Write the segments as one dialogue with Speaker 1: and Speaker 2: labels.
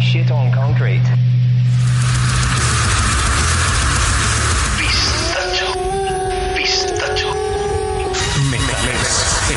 Speaker 1: shit on concrete.
Speaker 2: Pistacho. Mezcales.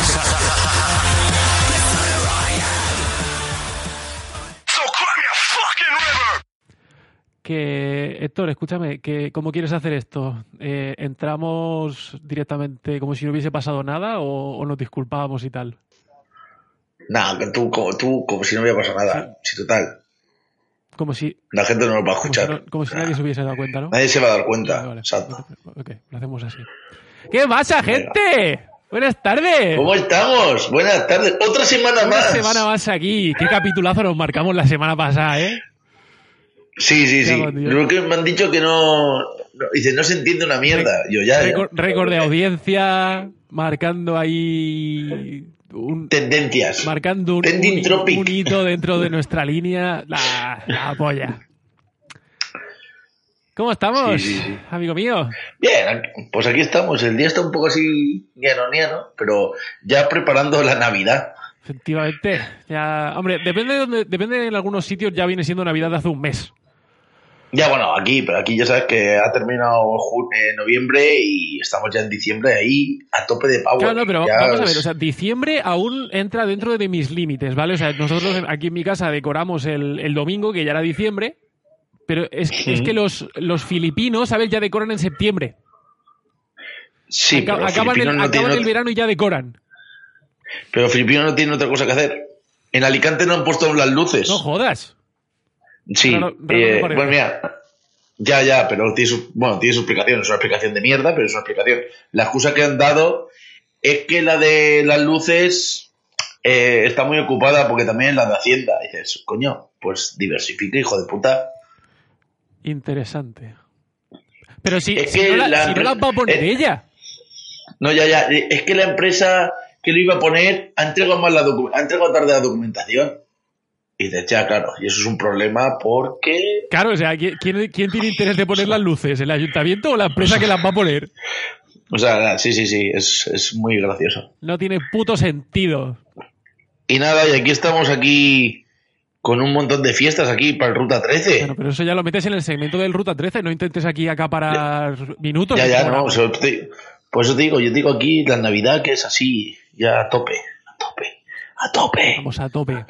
Speaker 3: Que, Héctor, escúchame, que ¿cómo quieres hacer esto? ¿Entramos directamente como si no hubiese pasado nada o nos disculpábamos y tal?
Speaker 4: Nada, tú como si no hubiera pasado nada. Sí, total.
Speaker 3: Como si...
Speaker 4: La gente no nos va a escuchar.
Speaker 3: Como si nadie se hubiese dado cuenta, ¿no?
Speaker 4: Nadie se va a dar cuenta.
Speaker 3: Vale.
Speaker 4: Exacto.
Speaker 3: Ok, lo hacemos así. ¿Qué pasa, gente? Buenas tardes.
Speaker 4: ¿Cómo estamos? Buenas tardes. Otra semana más.
Speaker 3: Una semana más aquí. Qué capitulazo nos marcamos la semana pasada, ¿eh?
Speaker 4: Sí. Lo que me han dicho que no dice, no se entiende una mierda. Yo ya.
Speaker 3: Récord de audiencia, marcando ahí
Speaker 4: tendencias.
Speaker 3: Marcando un hito dentro de nuestra línea. La polla. ¿Cómo estamos,
Speaker 4: sí.
Speaker 3: amigo mío?
Speaker 4: Bien, pues aquí estamos. El día está un poco así niano, pero ya preparando la Navidad.
Speaker 3: Efectivamente. Ya, hombre, depende en algunos sitios ya viene siendo Navidad de hace un mes.
Speaker 4: Ya, bueno, pero aquí ya sabes que ha terminado noviembre y estamos ya en diciembre ahí a tope de power.
Speaker 3: Claro, no, pero vamos a ver, o sea, diciembre aún entra dentro de mis límites, ¿vale? O sea, nosotros aquí en mi casa decoramos el domingo, que ya era diciembre, pero es que los filipinos, ¿sabes? Ya decoran en septiembre.
Speaker 4: Sí, pero
Speaker 3: acaban el verano y ya decoran.
Speaker 4: Pero los filipinos no tienen otra cosa que hacer. En Alicante no han puesto las luces.
Speaker 3: No jodas.
Speaker 4: Sí, bueno, mira, ya, pero tiene su explicación. Es una explicación de mierda, pero es una explicación. La excusa que han dado es que la de las luces está muy ocupada porque también es la de Hacienda. Dices, coño, pues diversifica, hijo de puta.
Speaker 3: Interesante. Pero si no las va a poner ella.
Speaker 4: No, ya. Es que la empresa que lo iba a poner ha entregado tarde la documentación. Y dices, ya, claro, y eso es un problema porque...
Speaker 3: Claro, o sea, ¿quién tiene interés de poner las luces? ¿El ayuntamiento o la empresa que las va a poner?
Speaker 4: O sea, sí, es muy gracioso.
Speaker 3: No tiene puto sentido.
Speaker 4: Y nada, y aquí estamos con un montón de fiestas aquí para el Ruta 13.
Speaker 3: Bueno, pero eso ya lo metes en el segmento del Ruta 13, no intentes aquí acaparar minutos.
Speaker 4: Ya, no, por eso te digo, yo digo aquí la Navidad que es así, ya a tope.
Speaker 3: Vamos a tope.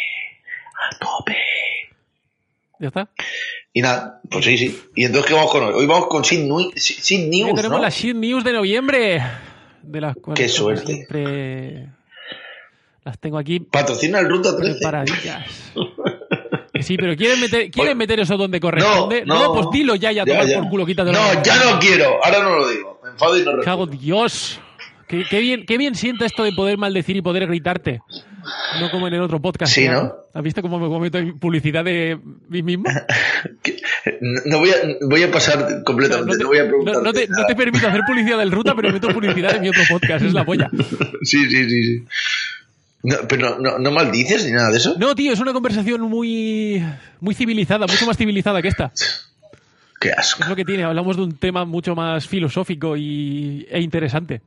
Speaker 3: ¿Ya está?
Speaker 4: Y nada, pues sí. ¿Y entonces qué vamos con hoy? Hoy vamos con Shit News,
Speaker 3: tenemos las Shit News de noviembre, de las cuales
Speaker 4: qué suerte.
Speaker 3: Siempre las tengo aquí.
Speaker 4: Patrocina el Ruta 13.
Speaker 3: Preparadillas. Sí, pero ¿quieren meter eso donde corresponde? No, pues dilo ya tomar por culo, quítatelo.
Speaker 4: No, ya no quiero, ahora no lo digo. Me enfado y no respondo.
Speaker 3: Cago, Dios. Qué bien sienta esto de poder maldecir y poder gritarte. No como en el otro podcast.
Speaker 4: Sí, ¿no?
Speaker 3: ¿Has visto cómo me meto en publicidad de mí mismo?
Speaker 4: No voy a pasar completamente. No voy a preguntar.
Speaker 3: No te permito hacer publicidad del Ruta, pero meto publicidad de mi otro podcast. Es la polla.
Speaker 4: Sí. No, pero no maldices ni nada de eso.
Speaker 3: No, tío, es una conversación muy civilizada, mucho más civilizada que esta.
Speaker 4: Qué asco.
Speaker 3: Es lo que tiene. Hablamos de un tema mucho más filosófico e interesante.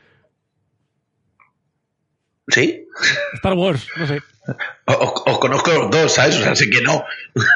Speaker 4: ¿Sí?
Speaker 3: Star Wars, no sé.
Speaker 4: Os conozco los dos, ¿sabes? O sea, sé que no.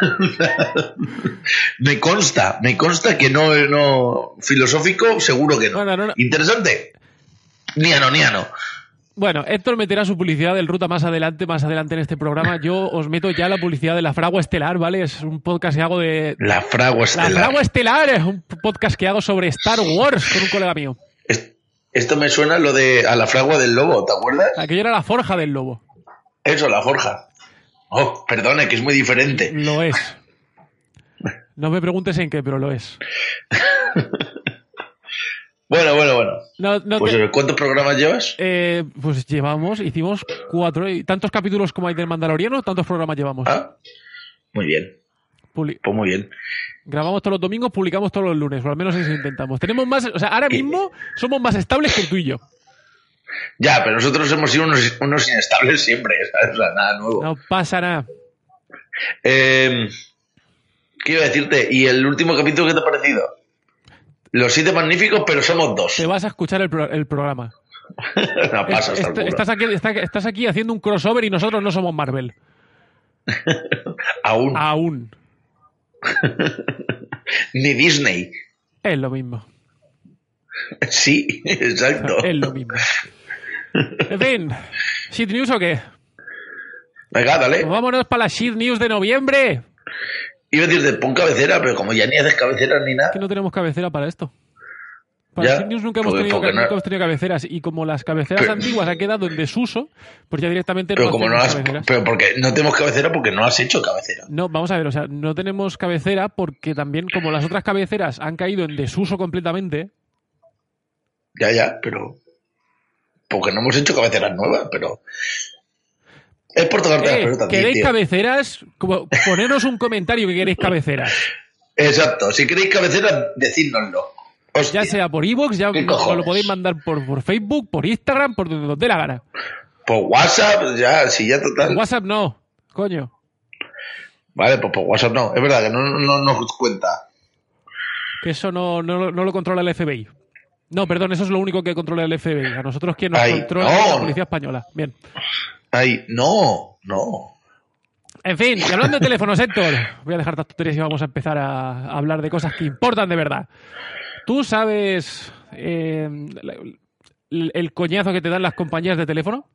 Speaker 4: me consta que no. Filosófico, seguro que no.
Speaker 3: Bueno, no.
Speaker 4: Interesante. Niano.
Speaker 3: Bueno, Héctor meterá su publicidad del Ruta más adelante en este programa. Yo os meto ya la publicidad de La Fragua Estelar, ¿vale? Es un podcast que hago de...
Speaker 4: La Fragua Estelar.
Speaker 3: La Fragua Estelar es un podcast que hago sobre Star Wars con un colega mío.
Speaker 4: Esto me suena lo de A la Fragua del Lobo, ¿te acuerdas?
Speaker 3: Aquello era La Forja del Lobo.
Speaker 4: Eso, La Forja. Oh, perdone, que es muy diferente.
Speaker 3: Lo es. No me preguntes en qué, pero lo es.
Speaker 4: Bueno.
Speaker 3: No,
Speaker 4: pues, ¿cuántos programas llevas?
Speaker 3: Pues hicimos 4. ¿Tantos capítulos como hay del Mandaloriano? ¿Tantos programas llevamos?
Speaker 4: Ah, muy bien. Pues muy bien.
Speaker 3: Grabamos todos los domingos, publicamos todos los lunes, o al menos eso intentamos. Tenemos más, o sea, ahora mismo somos más estables que tú y yo.
Speaker 4: Ya, pero nosotros hemos sido unos inestables siempre, ¿sabes? O sea, nada nuevo.
Speaker 3: No pasa nada.
Speaker 4: ¿Qué iba a decirte? ¿Y el último capítulo qué te ha parecido? Los 7 magníficos, pero somos 2.
Speaker 3: Te vas a escuchar el programa.
Speaker 4: No pasa,
Speaker 3: estás aquí haciendo un crossover y nosotros no somos Marvel. Aún.
Speaker 4: Ni Disney.
Speaker 3: Es lo mismo.
Speaker 4: Sí, exacto.
Speaker 3: Es lo mismo. En fin, ¿Shit News o qué?
Speaker 4: Venga, dale.
Speaker 3: Pues vámonos para la Shit News de noviembre.
Speaker 4: Iba a decir, pon cabecera, pero como ya ni haces cabeceras ni nada.
Speaker 3: Es que no tenemos cabecera para esto. Para Shit News nunca hemos tenido cabeceras. Y como las cabeceras antiguas han quedado en desuso, pues ya directamente
Speaker 4: no hacemos cabeceras. Pero porque no tenemos cabecera porque no has hecho cabecera.
Speaker 3: No, vamos a ver, o sea, no tenemos cabecera porque también como las otras cabeceras han caído en desuso completamente.
Speaker 4: Ya, pero... Porque no hemos hecho cabeceras nuevas, pero... Es por tocarte las pelotas.
Speaker 3: ¿Queréis cabeceras? Como, poneros un comentario que queréis cabeceras.
Speaker 4: Exacto. Si queréis cabeceras, decídnoslo.
Speaker 3: Ya sea por iVoox, ya os lo podéis mandar por Facebook, por Instagram, por donde os dé la gana.
Speaker 4: Por WhatsApp, ya total.
Speaker 3: Por WhatsApp no, coño.
Speaker 4: Vale, pues por WhatsApp no. Es verdad que no nos cuenta.
Speaker 3: Que eso no lo controla el FBI. No, perdón, eso es lo único que controla el FBI. A nosotros quien nos controla es la Policía Española. Bien.
Speaker 4: Ay, no.
Speaker 3: En fin, y hablando de teléfonos, Héctor, voy a dejar estas tonterías y vamos a empezar a hablar de cosas que importan de verdad. ¿Tú sabes el coñazo que te dan las compañías de teléfono?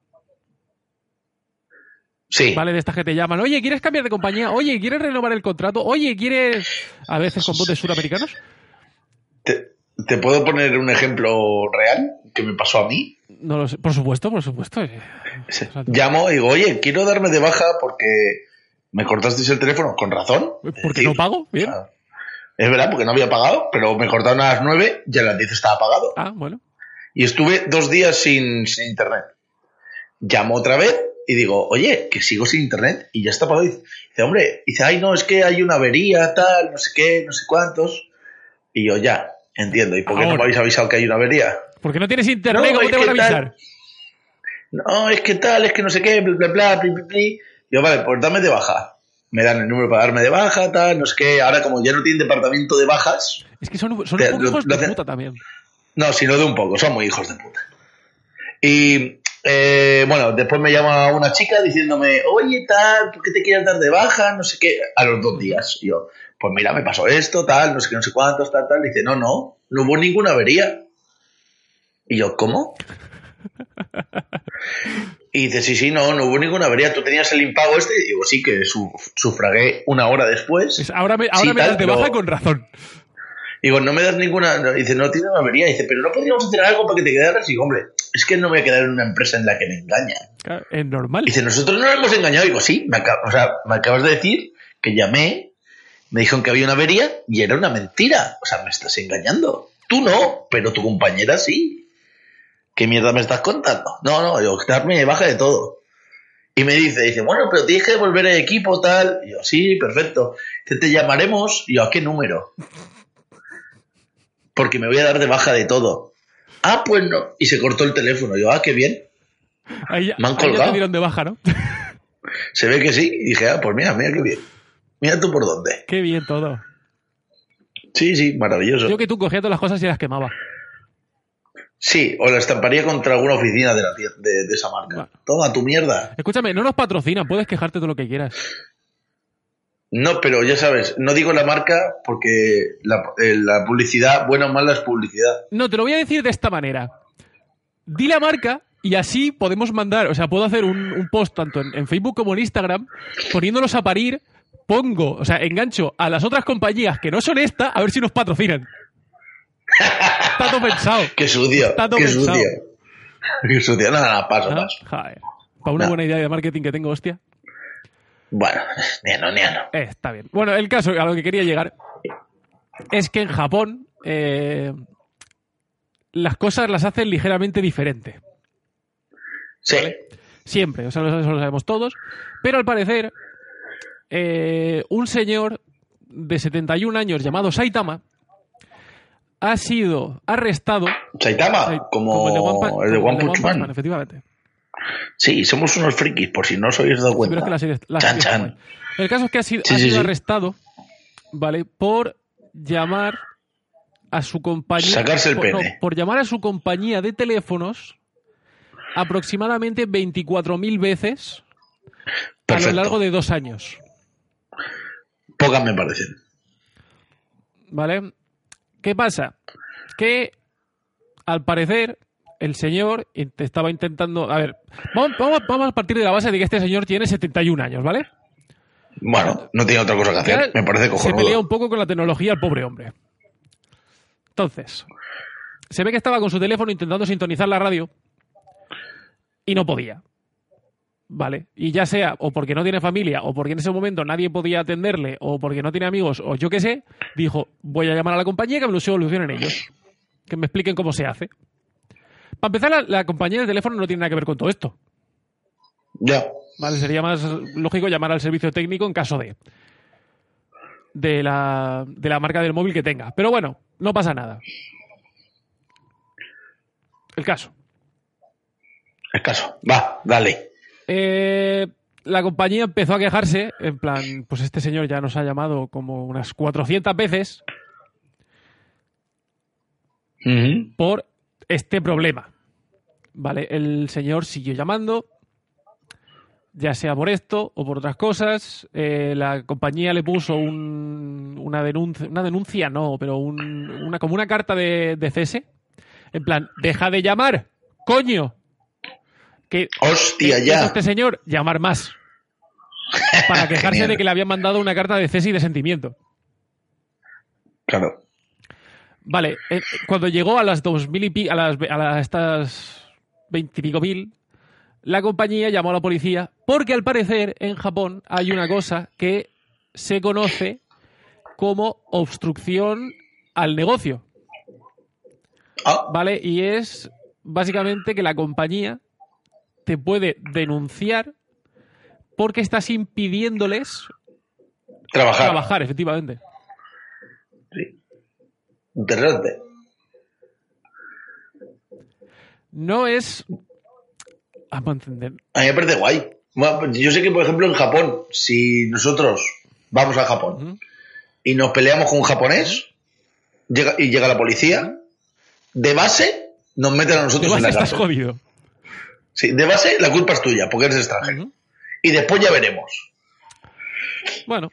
Speaker 4: Sí.
Speaker 3: ¿Vale? De estas que te llaman. Oye, ¿quieres cambiar de compañía? Oye, ¿quieres renovar el contrato? Oye, ¿quieres...? A veces con voces suramericanos.
Speaker 4: ¿Te puedo poner un ejemplo real que me pasó a mí?
Speaker 3: No lo sé. Por supuesto.
Speaker 4: Llamo y digo, oye, quiero darme de baja porque me cortasteis el teléfono. ¿Con razón?
Speaker 3: ¿Porque no pago? Bien.
Speaker 4: Es verdad, porque no había pagado, pero me cortaron a las 9 y a las 10 estaba pagado.
Speaker 3: Ah, bueno.
Speaker 4: Y estuve 2 días sin internet. Llamo otra vez y digo, oye, que sigo sin internet y ya está pagado. Y dice, hombre, ay, no, es que hay una avería, tal, no sé qué, no sé cuántos. Y yo, ya, entiendo. ¿Y por qué no me habéis avisado que hay una avería?
Speaker 3: Porque no tienes internet, ¿cómo te van a avisar?
Speaker 4: No, es que tal, es que no sé qué, bla, bla, bla, bla, bla, bla. Yo, vale, pues dame de baja. Me dan el número para darme de baja, tal, no sé qué. Ahora, como ya no tienen departamento de bajas...
Speaker 3: Es que son un poco hijos de puta también.
Speaker 4: No, sino de un poco, son muy hijos de puta. Y, bueno, después me llama una chica diciéndome, oye, tal, ¿por qué te quieres dar de baja? No sé qué, a los 2 días. Y yo, pues mira, me pasó esto, tal, no sé qué, no sé cuántos, tal. Y dice, no hubo ninguna avería. Y yo, ¿cómo? Y dice, sí, no hubo ninguna avería. ¿Tú tenías el impago este? Y digo, sí, que sufragué 1 hora después.
Speaker 3: Ahora me das de baja con razón.
Speaker 4: Digo, no me das ninguna... Dice, no tiene una avería. Dice, pero no podríamos hacer algo para que te quedaras. Y digo, hombre, es que no voy a quedar en una empresa en la que me engañan.
Speaker 3: Claro, es normal.
Speaker 4: Dice, nosotros no nos hemos engañado. Digo, sí, me acabas de decir que llamé, me dijeron que había una avería y era una mentira. O sea, me estás engañando. Tú no, pero tu compañera sí. ¿Qué mierda me estás contando? No, digo, darme de baja de todo. Y me dice, bueno, pero tienes que devolver el equipo, tal. Y yo, sí, perfecto. Te llamaremos. Y yo, ¿a qué número? Porque me voy a dar de baja de todo. Ah, pues no. Y se cortó el teléfono. Y yo, qué bien. Me han colgado.
Speaker 3: Ya te dieron de baja, ¿no?
Speaker 4: Se ve que sí. Y dije, pues mira qué bien. Mira tú por dónde.
Speaker 3: Qué bien todo.
Speaker 4: Sí, maravilloso.
Speaker 3: Yo que tú cogías todas las cosas y las quemaba.
Speaker 4: Sí, o la estamparía contra alguna oficina de esa marca. Bueno. Toma tu mierda.
Speaker 3: Escúchame, no nos patrocinan, puedes quejarte de lo que quieras.
Speaker 4: No, pero ya sabes, no digo la marca porque la publicidad, buena o mala, es publicidad.
Speaker 3: No, te lo voy a decir de esta manera. Di la marca y así podemos mandar, o sea, puedo hacer un post tanto en Facebook como en Instagram, poniéndolos a parir, engancho a las otras compañías que no son esta, a ver si nos patrocinan. Está todo pensado.
Speaker 4: Qué sucio. Qué sucio. Nada, paso.
Speaker 3: Joder. Para una buena idea de marketing que tengo, hostia.
Speaker 4: Bueno, ni no.
Speaker 3: Está bien. Bueno, el caso a lo que quería llegar es que en Japón las cosas las hacen ligeramente diferente.
Speaker 4: Sí.
Speaker 3: ¿Vale? Siempre, eso lo sabemos todos. Pero al parecer, un señor de 71 años llamado Saitama ha sido arrestado.
Speaker 4: Saitama, como el de One Punch Man.
Speaker 3: Efectivamente.
Speaker 4: Sí, somos unos frikis, por si no os habéis dado cuenta.
Speaker 3: Sí, pero es que la serie el caso es que ha sido arrestado, ¿vale? Por llamar a su compañía...
Speaker 4: Sacarse el pene.
Speaker 3: Por llamar a su compañía de teléfonos aproximadamente 24.000 veces
Speaker 4: Perfecto.
Speaker 3: A lo largo de 2 años.
Speaker 4: Pocas me parecen.
Speaker 3: ¿Vale? ¿Qué pasa? Que, al parecer, el señor estaba intentando... A ver, vamos a partir de la base de que este señor tiene 71 años, ¿vale?
Speaker 4: Bueno, no tiene otra cosa que hacer. Me parece cojonudo.
Speaker 3: Se pelea un poco con la tecnología el pobre hombre. Entonces, se ve que estaba con su teléfono intentando sintonizar la radio y no podía. ¿Vale? Y ya sea o porque no tiene familia, o porque en ese momento nadie podía atenderle, o porque no tiene amigos, o yo qué sé, dijo, voy a llamar a la compañía que me lo solucionen ellos. Que me expliquen cómo se hace. Para empezar, la compañía de teléfono no tiene nada que ver con todo esto.
Speaker 4: Ya.
Speaker 3: Vale, sería más lógico llamar al servicio técnico en caso de la marca del móvil que tenga. Pero bueno, no pasa nada. El caso.
Speaker 4: Va, dale.
Speaker 3: La compañía empezó a quejarse, en plan, pues este señor ya nos ha llamado como unas 400 veces por este problema. Vale, el señor siguió llamando, ya sea por esto o por otras cosas. La compañía le puso una denuncia no, pero como una carta de cese. En plan, deja de llamar, coño.
Speaker 4: ¡Hostia,
Speaker 3: que
Speaker 4: ya!
Speaker 3: Este señor, llamar más. Para quejarse de que le habían mandado una carta de cese y de sentimiento.
Speaker 4: Claro.
Speaker 3: Vale, cuando llegó a las 2000 y pico, estas 20 y pico mil, la compañía llamó a la policía porque al parecer en Japón hay una cosa que se conoce como obstrucción al negocio. ¿Vale? Y es básicamente que la compañía te puede denunciar porque estás impidiéndoles trabajar, efectivamente.
Speaker 4: Sí. Interesante.
Speaker 3: No es... Vamos a entender.
Speaker 4: A mí me parece guay. Yo sé que, por ejemplo, en Japón, si nosotros vamos a Japón y nos peleamos con un japonés, llega la policía, de base nos meten a nosotros en la cárcel.
Speaker 3: Estás jodido.
Speaker 4: Sí, de base la culpa es tuya, porque eres extranjero. Y después ya veremos.
Speaker 3: Bueno.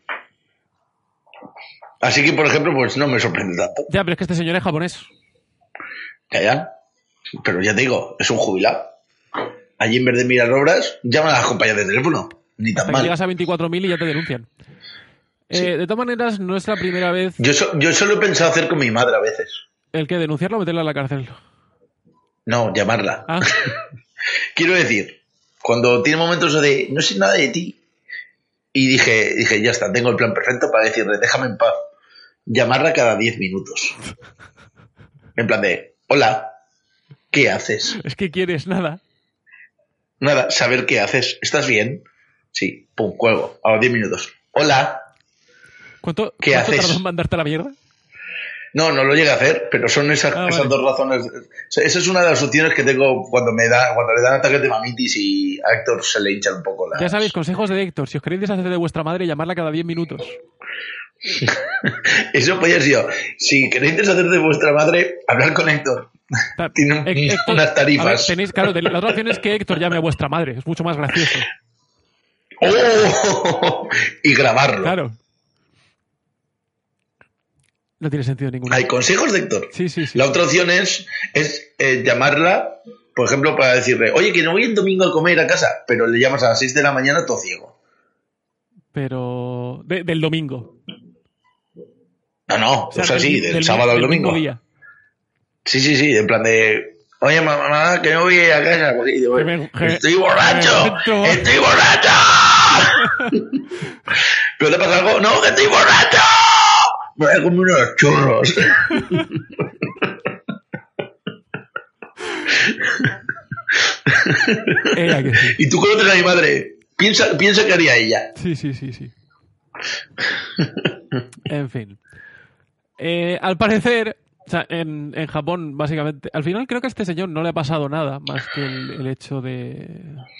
Speaker 4: Así que, por ejemplo, pues no me sorprende tanto.
Speaker 3: Ya, pero es que este señor es japonés.
Speaker 4: Ya. Pero ya te digo, es un jubilado. Allí en vez de mirar obras, llaman a las compañías de teléfono. Ni tan mal.
Speaker 3: Llegas a 24.000 y ya te denuncian. Sí. De todas maneras, no es la primera vez...
Speaker 4: Yo eso lo he pensado hacer con mi madre a veces.
Speaker 3: ¿El qué? ¿Denunciarla o meterla a la cárcel?
Speaker 4: No, llamarla. Quiero decir, cuando tiene momentos de no sé nada de ti, y dije, ya está, tengo el plan perfecto para decirle, déjame en paz. Llamarla cada 10 minutos. En plan de, hola, ¿qué haces?
Speaker 3: Es que quieres nada.
Speaker 4: Nada, saber qué haces. ¿Estás bien? Sí, pum, cuelgo, a los 10 minutos. Hola.
Speaker 3: ¿Cuánto
Speaker 4: haces?
Speaker 3: tardó en mandarte a la mierda?
Speaker 4: No lo llega a hacer, pero son esas dos razones. Esa es una de las opciones que tengo cuando le dan ataques de mamitis y a Héctor se le hinchan un poco las...
Speaker 3: Ya sabéis, consejos de Héctor. Si os queréis deshacer de vuestra madre, llamarla cada 10 minutos.
Speaker 4: Eso podría ser yo. Si queréis deshacer de vuestra madre, hablar con Héctor. Tiene unas tarifas.
Speaker 3: Ver, claro, la otra opción es que Héctor llame a vuestra madre. Es mucho más gracioso.
Speaker 4: ¡Oh! Y grabarlo.
Speaker 3: Claro. No tiene sentido ninguno.
Speaker 4: Hay consejos de Héctor.
Speaker 3: Sí.
Speaker 4: La otra opción es llamarla, por ejemplo, para decirle, oye, que no voy el domingo a comer a casa, pero le llamas a las 6 de la mañana todo ciego.
Speaker 3: Pero... del domingo.
Speaker 4: No, o sea, sí, del sábado al domingo.
Speaker 3: Día.
Speaker 4: Sí, en plan de... Oye, mamá, que no voy a casa. Pues, digo, ¡Estoy borracho! ¡Estoy borracho! ¿Pero te pasa algo? ¡No, que estoy borracho! Me voy a comer unos churros. Y tú conoces a mi madre. Piensa que haría ella.
Speaker 3: Sí. En fin. Al parecer, o sea, en Japón, básicamente, al final creo que a este señor no le ha pasado nada más que el hecho de...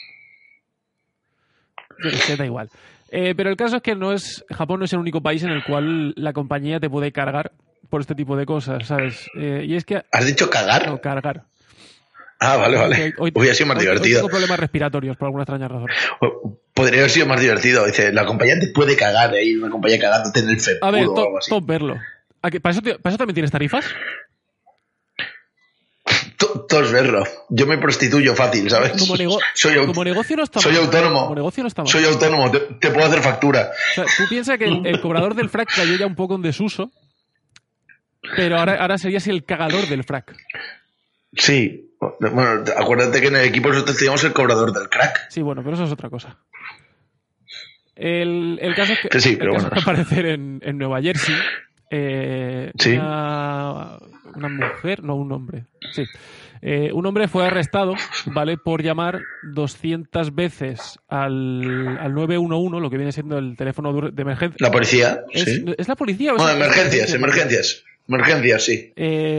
Speaker 3: Da igual. Pero el caso es que Japón no es el único país en el cual la compañía te puede cargar por este tipo de cosas, ¿sabes? Y es que...
Speaker 4: ¿Has dicho cagar?
Speaker 3: No, cargar.
Speaker 4: Ah, vale. Hoy ha sido más divertido.
Speaker 3: Hoy tengo problemas respiratorios por alguna extraña razón.
Speaker 4: Podría haber sido más divertido. Dice, la compañía te puede cagar ahí, una compañía cagándote en el FEP.
Speaker 3: A ver, top verlo. ¿Para eso también tienes tarifas?
Speaker 4: Todos verlo. Yo me prostituyo fácil, ¿sabes?
Speaker 3: Como negocio no está mal.
Speaker 4: Soy autónomo.
Speaker 3: Como negocio no está mal.
Speaker 4: Soy autónomo, te puedo hacer factura.
Speaker 3: O sea, tú piensas que el cobrador del frac cayó ya un poco en desuso, pero ahora sería así el cagador del frac.
Speaker 4: Sí. Bueno, acuérdate que en el equipo nosotros teníamos el cobrador del crack.
Speaker 3: Sí, bueno, pero eso es otra cosa. El caso es que,
Speaker 4: sí, pero bueno.
Speaker 3: Va a aparecer en Nueva Jersey.
Speaker 4: Sí.
Speaker 3: Una mujer, no, un hombre. Sí. Un hombre fue arrestado, ¿vale? Por llamar 200 veces al 911, lo que viene siendo el teléfono de emergencia.
Speaker 4: La policía, sí.
Speaker 3: ¿Es la policía o
Speaker 4: no, emergencias, sí.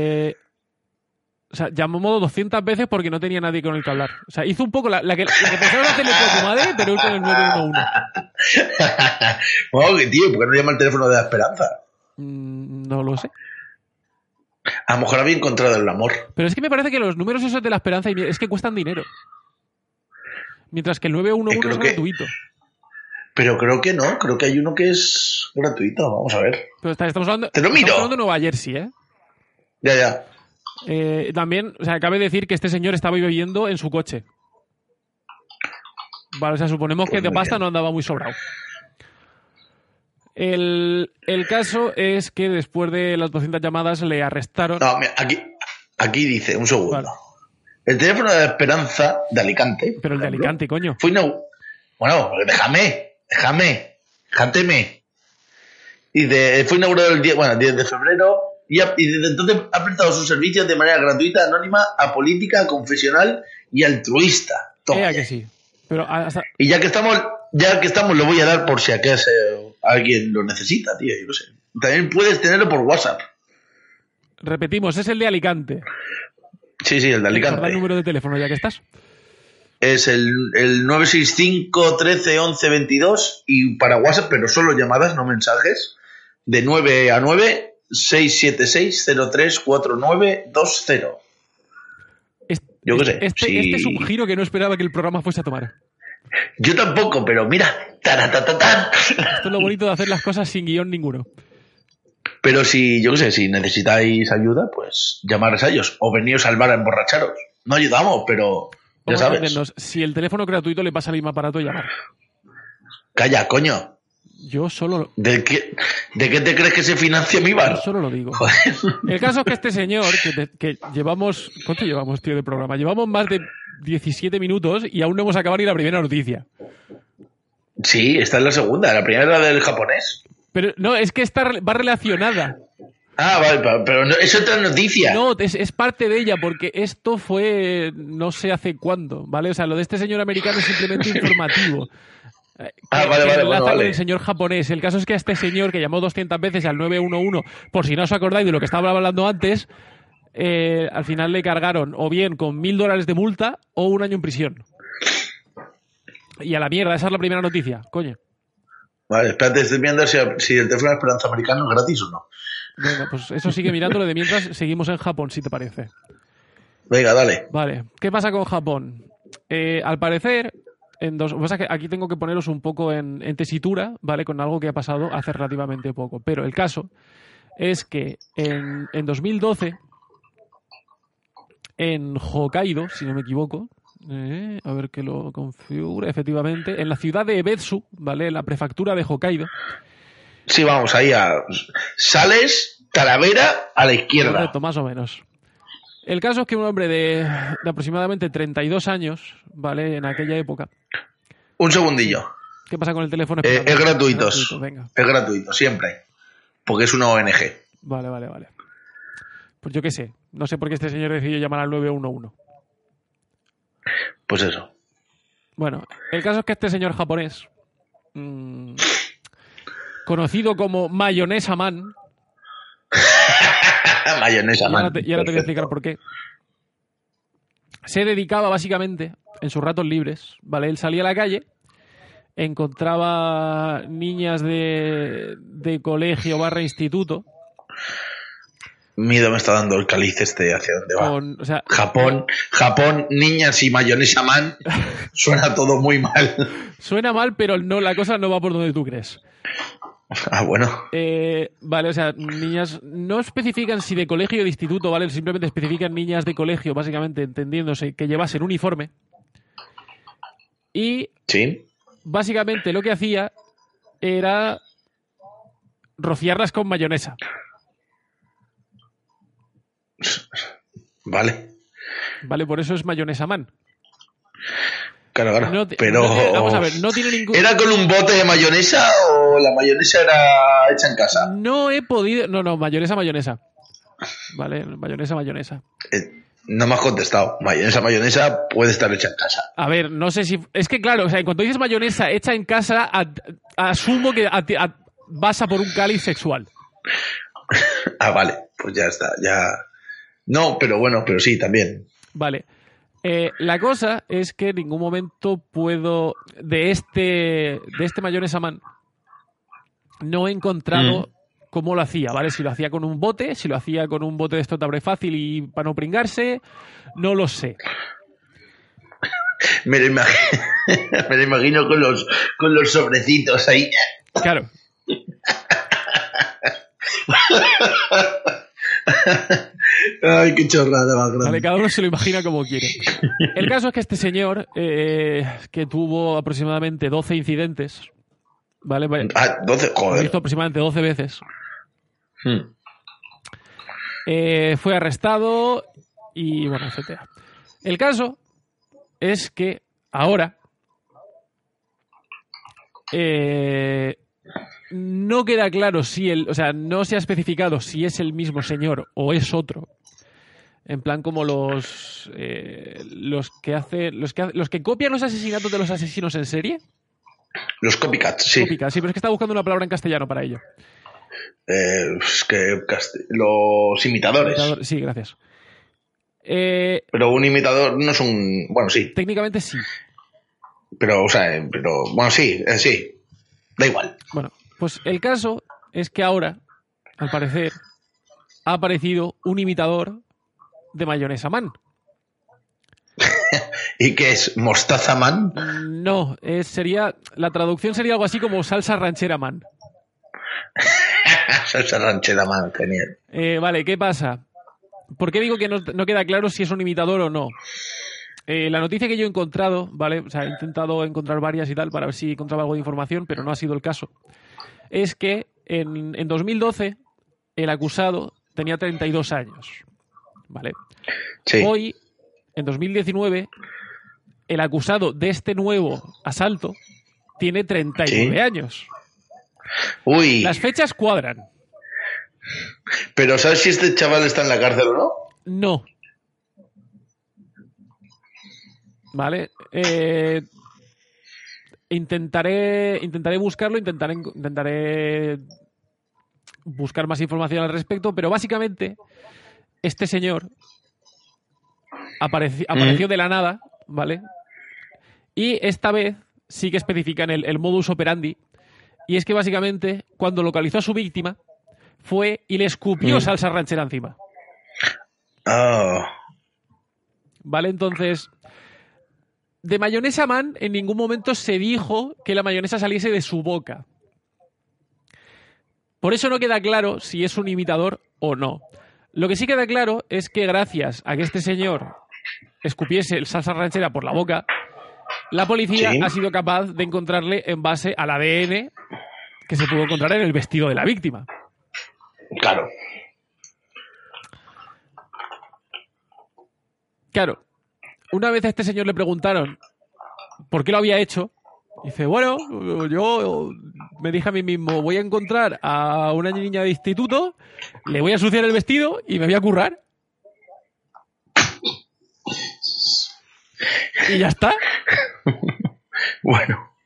Speaker 3: O sea, llamó 200 veces porque no tenía nadie con el que hablar. O sea, hizo un poco la que pensaron hacerle con tu madre, pero él con el 911.
Speaker 4: Bueno, tío, ¿por qué no llama el teléfono de la esperanza?
Speaker 3: No lo sé.
Speaker 4: A lo mejor había encontrado el amor.
Speaker 3: Pero es que me parece que los números esos de la esperanza es que cuestan dinero. Mientras que el 911 es gratuito.
Speaker 4: Pero creo que no. Creo que hay uno que es gratuito. Vamos a ver.
Speaker 3: Pero estamos hablando,
Speaker 4: ¡te lo miro!
Speaker 3: Estamos hablando de Nueva Jersey, ¿eh?
Speaker 4: Ya.
Speaker 3: También, o sea, cabe decir que este señor estaba viviendo en su coche. Vale, o sea, suponemos que de pasta no andaba muy sobrado. El caso es que después de las 200 llamadas le arrestaron.
Speaker 4: No, mira, aquí dice, un segundo. Vale. El teléfono de la esperanza de Alicante.
Speaker 3: Pero el de Alicante, coño.
Speaker 4: Bueno, déjame. Y fue inaugurado el 10 de febrero y desde entonces ha prestado sus servicios de manera gratuita, anónima, apolítica, confesional y altruista.
Speaker 3: Que sí. Pero
Speaker 4: y ya que estamos, lo voy a dar por si acaso alguien lo necesita, tío. Yo no sé. También puedes tenerlo por WhatsApp.
Speaker 3: Repetimos, es el de Alicante.
Speaker 4: Sí, el de Alicante.
Speaker 3: ¿Recuerda el número de teléfono ya que estás?
Speaker 4: Es el 965 13 11 22 y para WhatsApp, pero solo llamadas, no mensajes, de 9 a 9 676 034920. Yo qué sé.
Speaker 3: Este es un giro que no esperaba que el programa fuese a tomar.
Speaker 4: Yo tampoco, pero mira, ¡taratatán!
Speaker 3: Esto es lo bonito de hacer las cosas sin guión ninguno.
Speaker 4: Pero si necesitáis ayuda, pues llamaros a ellos o veníos al bar a emborracharos. No ayudamos, pero ya sabes.
Speaker 3: Si el teléfono gratuito le pasa al mismo aparato, llamar.
Speaker 4: Calla, coño.
Speaker 3: Yo solo...
Speaker 4: ¿De qué te crees que se financia mi bar?
Speaker 3: Yo solo lo digo.
Speaker 4: Joder.
Speaker 3: El caso es que este señor, que llevamos... ¿Cuánto llevamos, tío, de programa? Llevamos más de 17 minutos y aún no hemos acabado ni la primera noticia.
Speaker 4: Sí, esta es la segunda. La primera era del japonés.
Speaker 3: Pero no, es que va relacionada.
Speaker 4: Ah, vale, pero no, es otra noticia.
Speaker 3: No, es parte de ella, porque esto fue no sé hace cuándo, ¿vale? O sea, lo de este señor americano es simplemente informativo.
Speaker 4: Vale.
Speaker 3: El señor japonés. El caso es que a este señor que llamó 200 veces al 911, por si no os acordáis de lo que estaba hablando antes, al final le cargaron o bien con $1.000 de multa o 1 año en prisión. Y a la mierda, esa es la primera noticia, coño.
Speaker 4: Vale, espérate, estoy viendo si el teléfono de Esperanza americano es gratis o no.
Speaker 3: Venga, pues eso sigue mirándolo de mientras seguimos en Japón, si te parece.
Speaker 4: Venga, dale.
Speaker 3: Vale, ¿qué pasa con Japón? Al parecer... aquí tengo que poneros un poco en tesitura, ¿vale? Con algo que ha pasado hace relativamente poco. Pero el caso es que en 2012, en Hokkaido, si no me equivoco, a ver que lo configure, efectivamente, en la ciudad de Ebetsu, ¿vale? En la prefectura de Hokkaido.
Speaker 4: Sí, vamos, ahí sales, Talavera, a la izquierda.
Speaker 3: Correcto, más o menos. El caso es que un hombre de aproximadamente 32 años, ¿vale? En aquella época.
Speaker 4: Un segundillo.
Speaker 3: ¿Qué pasa con el teléfono?
Speaker 4: Es gratuito.
Speaker 3: Venga.
Speaker 4: Es gratuito, siempre. Porque es una ONG.
Speaker 3: Vale. Pues yo qué sé. No sé por qué este señor decidió llamar al 911.
Speaker 4: Pues eso.
Speaker 3: Bueno, el caso es que este señor japonés, conocido como Mayonesa Man,
Speaker 4: Mayonesa Man.
Speaker 3: Y ahora te voy a explicar por qué. Se dedicaba básicamente, en sus ratos libres, ¿vale? Él salía a la calle, encontraba niñas de colegio / instituto,
Speaker 4: Miedo me está dando el cáliz hacia dónde va. Japón, niñas y mayonesa man. Suena todo muy mal.
Speaker 3: Suena mal, pero no, la cosa no va por donde tú crees.
Speaker 4: Ah, bueno.
Speaker 3: Vale, o sea, niñas no especifican si de colegio o de instituto, ¿vale? Simplemente especifican niñas de colegio, básicamente entendiéndose que llevasen uniforme. Y
Speaker 4: sí,
Speaker 3: básicamente lo que hacía era rociarlas con mayonesa.
Speaker 4: Vale.
Speaker 3: Vale, por eso es mayonesa man.
Speaker 4: Claro. Pero
Speaker 3: vamos a ver, no tiene ningún...
Speaker 4: ¿Era con un bote de mayonesa o la mayonesa era hecha en casa?
Speaker 3: No he podido... No, mayonesa. Vale, mayonesa.
Speaker 4: No me has contestado. Mayonesa puede estar hecha en casa.
Speaker 3: A ver, no sé si... Es que claro, o sea, cuando dices mayonesa hecha en casa, asumo que vas a por un cáliz sexual.
Speaker 4: Ah, vale, pues ya está, ya... No, pero bueno, pero sí, también.
Speaker 3: Vale. La cosa es que en ningún momento puedo... De este mayonesa man, no he encontrado cómo lo hacía, ¿vale? Si lo hacía con un bote, si lo hacía con un bote de esto te abre fácil y para no pringarse, no lo sé.
Speaker 4: Me lo imagino con los sobrecitos ahí.
Speaker 3: Claro.
Speaker 4: Ay, qué chorrada más grande.
Speaker 3: Vale, cada uno se lo imagina como quiere. El caso es que este señor, que tuvo aproximadamente 12 incidentes, ¿vale?
Speaker 4: 12, joder.
Speaker 3: Lo hizo aproximadamente 12 veces. Fue arrestado y, bueno, etcétera. El caso es que ahora no queda claro si no se ha especificado si es el mismo señor o es otro. En plan como los que copian los asesinatos de los asesinos en serie.
Speaker 4: Los copycats, sí.
Speaker 3: Copycats, sí, pero es que estaba buscando una palabra en castellano para ello.
Speaker 4: Es que los imitadores.
Speaker 3: Sí, gracias.
Speaker 4: Pero un imitador no es un... Bueno, sí.
Speaker 3: Técnicamente sí.
Speaker 4: Pero, o sea, bueno, sí, sí. Da igual.
Speaker 3: Bueno, pues el caso es que ahora, al parecer, ha aparecido un imitador de mayonesa man.
Speaker 4: ¿Y qué es? ¿Mostaza man?
Speaker 3: No, la traducción sería algo así como salsa ranchera man.
Speaker 4: Salsa ranchera man, genial.
Speaker 3: Vale, ¿qué pasa? ¿Por qué digo que no queda claro si es un imitador o no? La noticia que yo he encontrado, ¿vale? O sea, he intentado encontrar varias y tal para ver si encontraba algo de información, pero no ha sido el caso. Es que en 2012 el acusado tenía 32 años, ¿vale?
Speaker 4: Sí.
Speaker 3: Hoy, en 2019, el acusado de este nuevo asalto tiene 39 años.
Speaker 4: Uy.
Speaker 3: Las fechas cuadran.
Speaker 4: Pero ¿sabes si este chaval está en la cárcel o no?
Speaker 3: No. Vale. Intentaré buscarlo, intentaré buscar más información al respecto, pero básicamente este señor apareció de la nada, ¿vale? Y esta vez sí que especifican el modus operandi, y es que básicamente cuando localizó a su víctima fue y le escupió salsa ranchera encima.
Speaker 4: Oh.
Speaker 3: Vale, entonces, de mayonesa man en ningún momento se dijo que la mayonesa saliese de su boca. Por eso no queda claro si es un imitador o no. Lo que sí queda claro es que gracias a que este señor escupiese el salsa ranchera por la boca, la policía ha sido capaz de encontrarle en base al ADN que se pudo encontrar en el vestido de la víctima.
Speaker 4: Claro.
Speaker 3: Claro. Una vez a este señor le preguntaron por qué lo había hecho. Dice, bueno, yo me dije a mí mismo, voy a encontrar a una niña de instituto, le voy a ensuciar el vestido y me voy a currar. Y ya está.
Speaker 4: Bueno.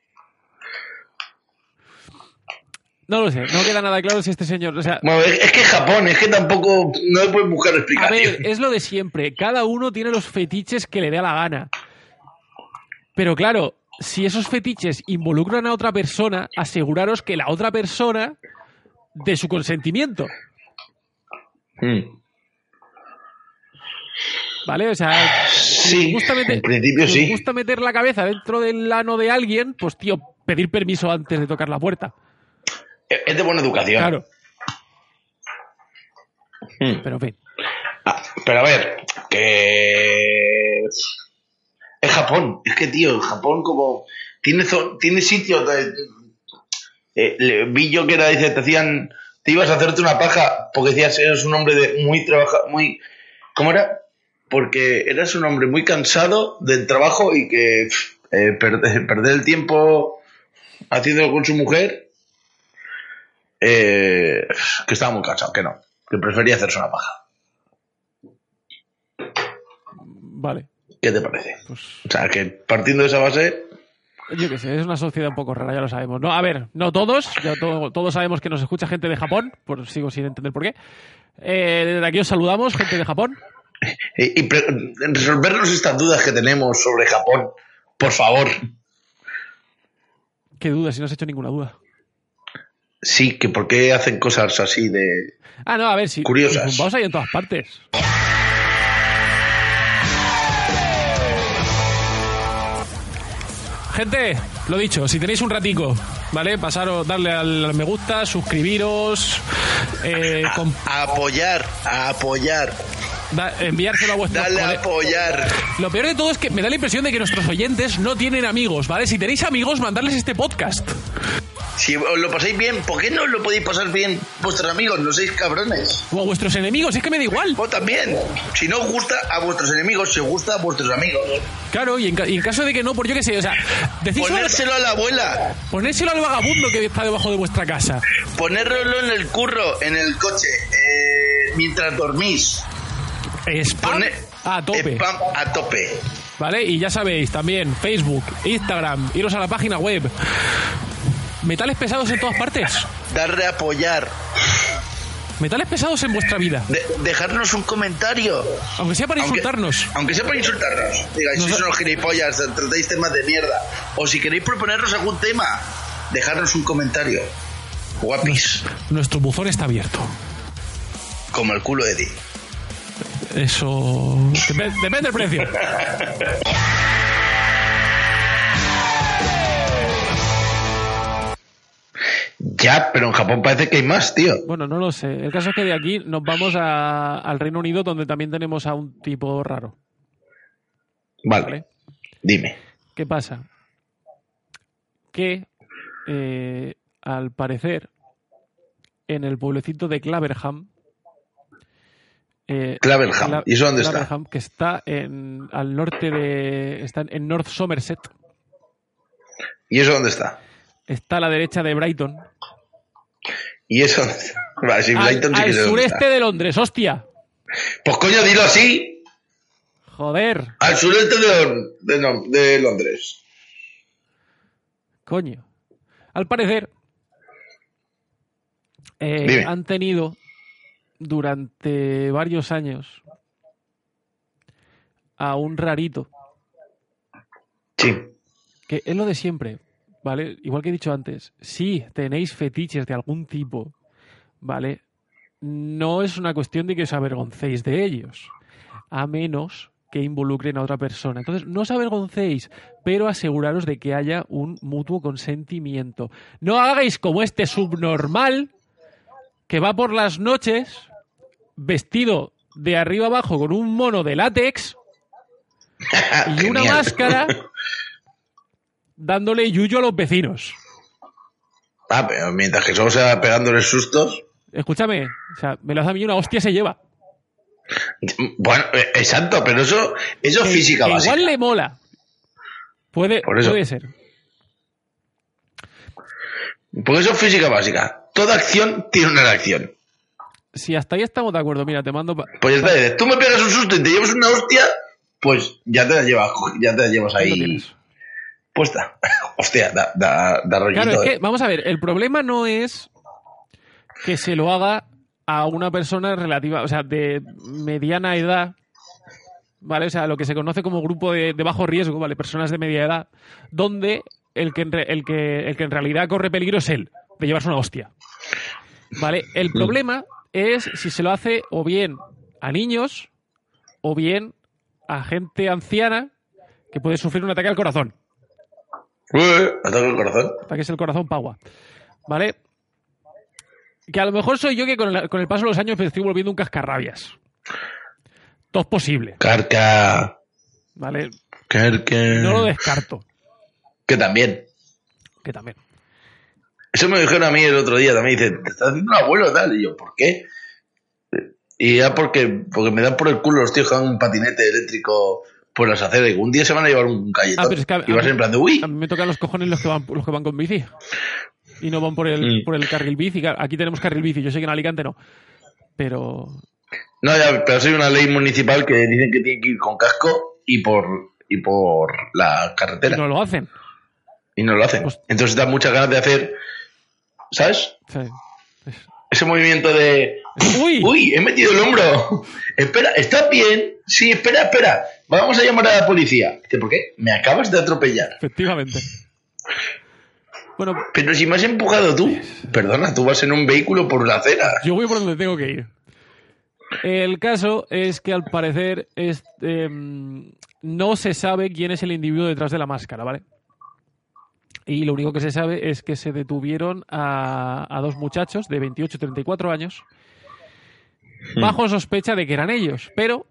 Speaker 3: No lo sé, no queda nada claro si este señor... O sea,
Speaker 4: bueno, es que Japón, es que tampoco no le puedes buscar explicación.
Speaker 3: A ver, es lo de siempre. Cada uno tiene los fetiches que le dé la gana. Pero claro, si esos fetiches involucran a otra persona, aseguraros que la otra persona dé su consentimiento. ¿Vale? O sea,
Speaker 4: sí, en principio sí.
Speaker 3: Si te gusta meter la cabeza dentro del ano de alguien, pues tío, pedir permiso antes de tocar la puerta.
Speaker 4: Es de buena educación.
Speaker 3: Claro. Pero en fin.
Speaker 4: Pero a ver, que es Japón. Es que, tío, Japón como tiene sitios vi yo que era, dice, te ibas a hacerte una paja porque decías eres un hombre de muy ¿cómo era? Porque eras un hombre muy cansado del trabajo y que perder el tiempo haciéndolo con su mujer, que estaba muy cansado, que no, que prefería hacerse una paja.
Speaker 3: Vale.
Speaker 4: ¿Qué te parece? Pues... O sea, que partiendo de esa base...
Speaker 3: Yo qué sé, es una sociedad un poco rara, ya lo sabemos. No, a ver, no todos, todos sabemos que nos escucha gente de Japón, sigo sin entender por qué. Desde aquí os saludamos, gente de Japón.
Speaker 4: Y resolvernos estas dudas que tenemos sobre Japón, por favor.
Speaker 3: ¿Qué dudas? Si no has hecho ninguna duda.
Speaker 4: Sí, que por qué hacen cosas así de...
Speaker 3: no, a ver, si
Speaker 4: curiosas.
Speaker 3: Vamos ahí en todas partes. Gente, lo dicho, si tenéis un ratico, ¿vale? Pasaros, darle al me gusta, suscribiros,
Speaker 4: a apoyar.
Speaker 3: Enviárselo a vuestros
Speaker 4: Dale a apoyar.
Speaker 3: Lo peor de todo es que me da la impresión de que nuestros oyentes no tienen amigos, ¿vale? Si tenéis amigos, mandarles este podcast.
Speaker 4: Si os lo pasáis bien, ¿por qué no lo podéis pasar bien vuestros amigos? No seáis cabrones.
Speaker 3: O a vuestros enemigos, es que me da igual.
Speaker 4: O también. Si no os gusta a vuestros enemigos, si os gusta a vuestros amigos.
Speaker 3: Claro, y en caso de que no, por yo qué sé, o sea...
Speaker 4: Ponérselo a la abuela.
Speaker 3: Ponérselo al vagabundo que está debajo de vuestra casa.
Speaker 4: Ponéroslo en el curro, en el coche, mientras dormís.
Speaker 3: Spam a tope.
Speaker 4: Spam a tope.
Speaker 3: ¿Vale? Y ya sabéis, también Facebook, Instagram, iros a la página web. Metales pesados en todas partes.
Speaker 4: Darle a apoyar.
Speaker 3: Metales pesados en vuestra vida.
Speaker 4: Dejarnos un comentario.
Speaker 3: Aunque sea para insultarnos.
Speaker 4: Aunque sea para insultarnos. Digáis, sois unos gilipollas, tratáis temas de mierda. O si queréis proponernos algún tema, dejarnos un comentario. Guapis.
Speaker 3: Nuestro buzón está abierto.
Speaker 4: Como el culo de Eddie.
Speaker 3: Eso... Depende del precio.
Speaker 4: Ya, pero en Japón parece que hay más, tío.
Speaker 3: Bueno, no lo sé. El caso es que de aquí nos vamos al Reino Unido, donde también tenemos a un tipo raro.
Speaker 4: Vale. Dime.
Speaker 3: ¿Qué pasa? Que, al parecer, en el pueblecito de Claverham...
Speaker 4: Claverham. ¿Y eso dónde
Speaker 3: Claverham, está? Que está al norte está en North Somerset.
Speaker 4: ¿Y eso dónde está?
Speaker 3: Está a la derecha de Brighton.
Speaker 4: ¿Y eso? Vale, sí, Brighton sí que
Speaker 3: al sureste de Londres, hostia.
Speaker 4: Pues coño, dilo así.
Speaker 3: Joder.
Speaker 4: Al sureste de Londres.
Speaker 3: Coño. Al parecer, han tenido durante varios años a un rarito.
Speaker 4: Sí.
Speaker 3: Que es lo de siempre. ¿Vale? Igual que he dicho antes, si tenéis fetiches de algún tipo, ¿vale? No es una cuestión de que os avergoncéis de ellos, a menos que involucren a otra persona. Entonces, no os avergoncéis, pero aseguraros de que haya un mutuo consentimiento. No hagáis como este subnormal que va por las noches vestido de arriba abajo con un mono de látex y una máscara... dándole yuyo a los vecinos.
Speaker 4: Pero mientras que solo se va pegándole sustos.
Speaker 3: Escúchame, o sea, me lo hace a mí, una hostia se lleva.
Speaker 4: Bueno, exacto, pero eso es física básica.
Speaker 3: Igual le mola. Puede ser.
Speaker 4: Porque eso es física básica. Toda acción tiene una reacción.
Speaker 3: Si hasta ahí estamos de acuerdo, mira, te mando...
Speaker 4: Pues ya está, tú me pegas un susto y te llevas una hostia, pues ya te la llevas ahí... puesta. Hostia, da rollito.
Speaker 3: Claro, es que, vamos a ver, el problema no es que se lo haga a una persona relativa, o sea, de mediana edad, ¿vale? O sea, lo que se conoce como grupo de bajo riesgo, ¿vale? Personas de media edad, donde el que en realidad corre peligro es él, de llevarse una hostia. ¿Vale? El problema es si se lo hace o bien a niños o bien a gente anciana que puede sufrir un ataque al corazón.
Speaker 4: ¿Ataque al corazón?
Speaker 3: Ataques al corazón, pagua. ¿Vale? Que a lo mejor soy yo que con el paso de los años me estoy volviendo un cascarrabias. Todo es posible.
Speaker 4: Carca.
Speaker 3: ¿Vale?
Speaker 4: Carca.
Speaker 3: No lo descarto.
Speaker 4: Que también. Eso me dijeron a mí el otro día también. Dice, te estás haciendo un abuelo tal. Y yo, ¿por qué? Y ya porque me dan por el culo los tíos que van un patinete eléctrico por las aceras. Y un día se van a llevar un galletón.
Speaker 3: Pero es que
Speaker 4: y vas en plan de uy.
Speaker 3: A mí me tocan los cojones los que van con bici. Y no van por el carril bici. Aquí tenemos carril bici. Yo sé que en Alicante no. Pero...
Speaker 4: No, ya, pero hay una ley municipal que dicen que tiene que ir con casco y por la carretera.
Speaker 3: Y no lo hacen.
Speaker 4: Pues, entonces da muchas ganas de hacer, ¿sabes?
Speaker 3: Sí.
Speaker 4: Ese movimiento de... ¡Uy! He metido el hombro. Espera, ¿estás bien? Sí, espera. Vamos a llamar a la policía. ¿Por qué? Me acabas de atropellar.
Speaker 3: Efectivamente. Bueno,
Speaker 4: pero si me has empujado tú. Perdona, tú vas en un vehículo por la acera.
Speaker 3: Yo voy por donde tengo que ir. El caso es que al parecer no se sabe quién es el individuo detrás de la máscara, ¿vale? Y lo único que se sabe es que se detuvieron a dos muchachos de 28 y 34 años bajo sospecha de que eran ellos, pero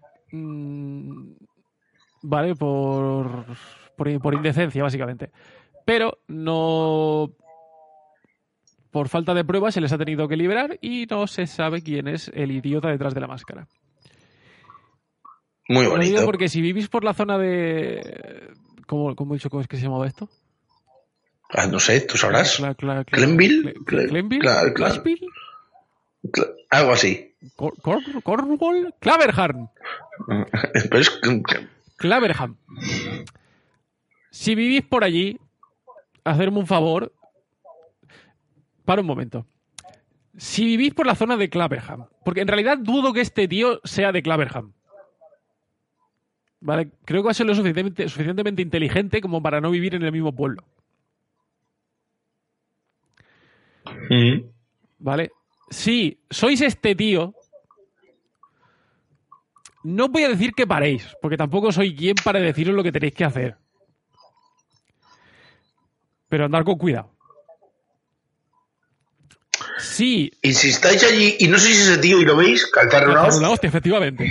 Speaker 3: vale, por indecencia básicamente, pero no, por falta de pruebas se les ha tenido que liberar y no se sabe quién es el idiota detrás de la máscara.
Speaker 4: Muy bonito. Lo digo
Speaker 3: porque si vivís por la zona de... ¿Cómo he dicho cómo es que se llamaba esto?
Speaker 4: No sé, tú sabrás.
Speaker 3: ¿Glenville?
Speaker 4: ¿Clashville? Algo así.
Speaker 3: ¿Cornwall? Claverham. Claverham. Si vivís por allí, hacerme un favor. Para un momento. Si vivís por la zona de Claverham, porque en realidad dudo que este tío sea de Claverham. Vale, creo que va a ser lo suficientemente inteligente como para no vivir en el mismo pueblo. Vale. Si sois este tío, no voy a decir que paréis, porque tampoco soy quien para deciros lo que tenéis que hacer. Pero andar con cuidado. Sí.
Speaker 4: Y si estáis allí y no sois ese tío y lo veis, calzar una hostia.
Speaker 3: Efectivamente.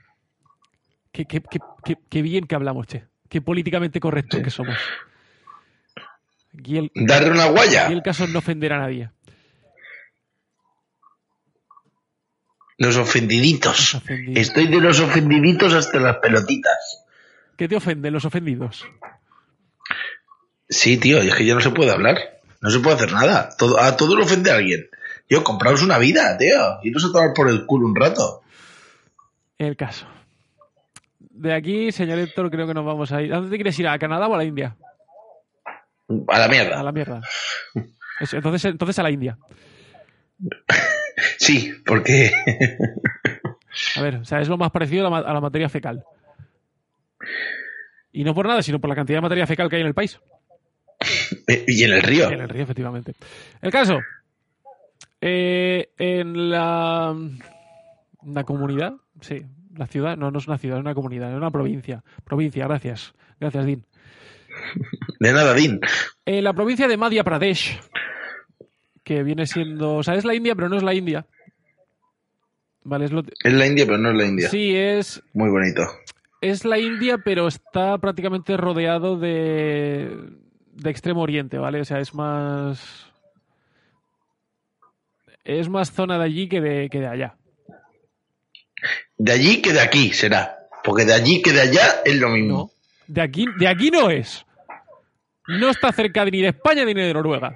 Speaker 3: Qué bien que hablamos, che. Qué políticamente correctos que somos.
Speaker 4: Darle una guaya.
Speaker 3: Y el caso es no ofender a nadie.
Speaker 4: Los ofendiditos. Estoy de los ofendiditos hasta las pelotitas.
Speaker 3: ¿Qué te ofenden los ofendidos?
Speaker 4: Sí, tío, es que ya no se puede hablar. No se puede hacer nada. A todo lo ofende a alguien. Yo, compraos una vida, tío. Y no se tomar por el culo un rato.
Speaker 3: El caso. De aquí, señor Héctor, creo que nos vamos a ir. ¿A dónde te quieres ir? ¿A Canadá o a la India?
Speaker 4: A la mierda.
Speaker 3: A la mierda. Entonces a la India.
Speaker 4: Sí, porque...
Speaker 3: A ver, o sea, es lo más parecido a la materia fecal. Y no por nada, sino por la cantidad de materia fecal que hay en el país.
Speaker 4: Y en el río.
Speaker 3: Y en el río, efectivamente. El caso. En la comunidad, sí. La ciudad, no es una ciudad, es una comunidad, es una provincia. Provincia, gracias. Gracias, Dean.
Speaker 4: De nada, Dean.
Speaker 3: En la provincia de Madhya Pradesh, que viene siendo... O sea, es la India, pero no es la India. Vale,
Speaker 4: es la India, pero no es la India.
Speaker 3: Sí, es...
Speaker 4: Muy bonito.
Speaker 3: Es la India, pero está prácticamente rodeado de Extremo Oriente, ¿vale? O sea, es más... Es más zona de allí que de allá.
Speaker 4: De allí que de aquí será. Porque de allí que de allá es lo mismo.
Speaker 3: No, de aquí no es. No está cerca ni de España ni de Noruega.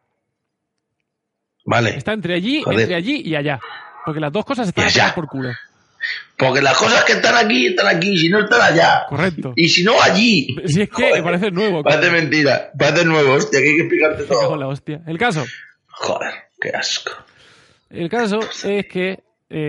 Speaker 4: Vale.
Speaker 3: Está entre allí y allá. Porque las dos cosas están por culo.
Speaker 4: Porque las cosas que están aquí, si no están allá.
Speaker 3: Correcto.
Speaker 4: Y si no, allí.
Speaker 3: Si es que me parece nuevo.
Speaker 4: Parece mentira. Parece nuevo, hostia, que hay que explicarte todo.
Speaker 3: Me cago en la hostia. El caso.
Speaker 4: Joder, qué asco.
Speaker 3: El caso es que...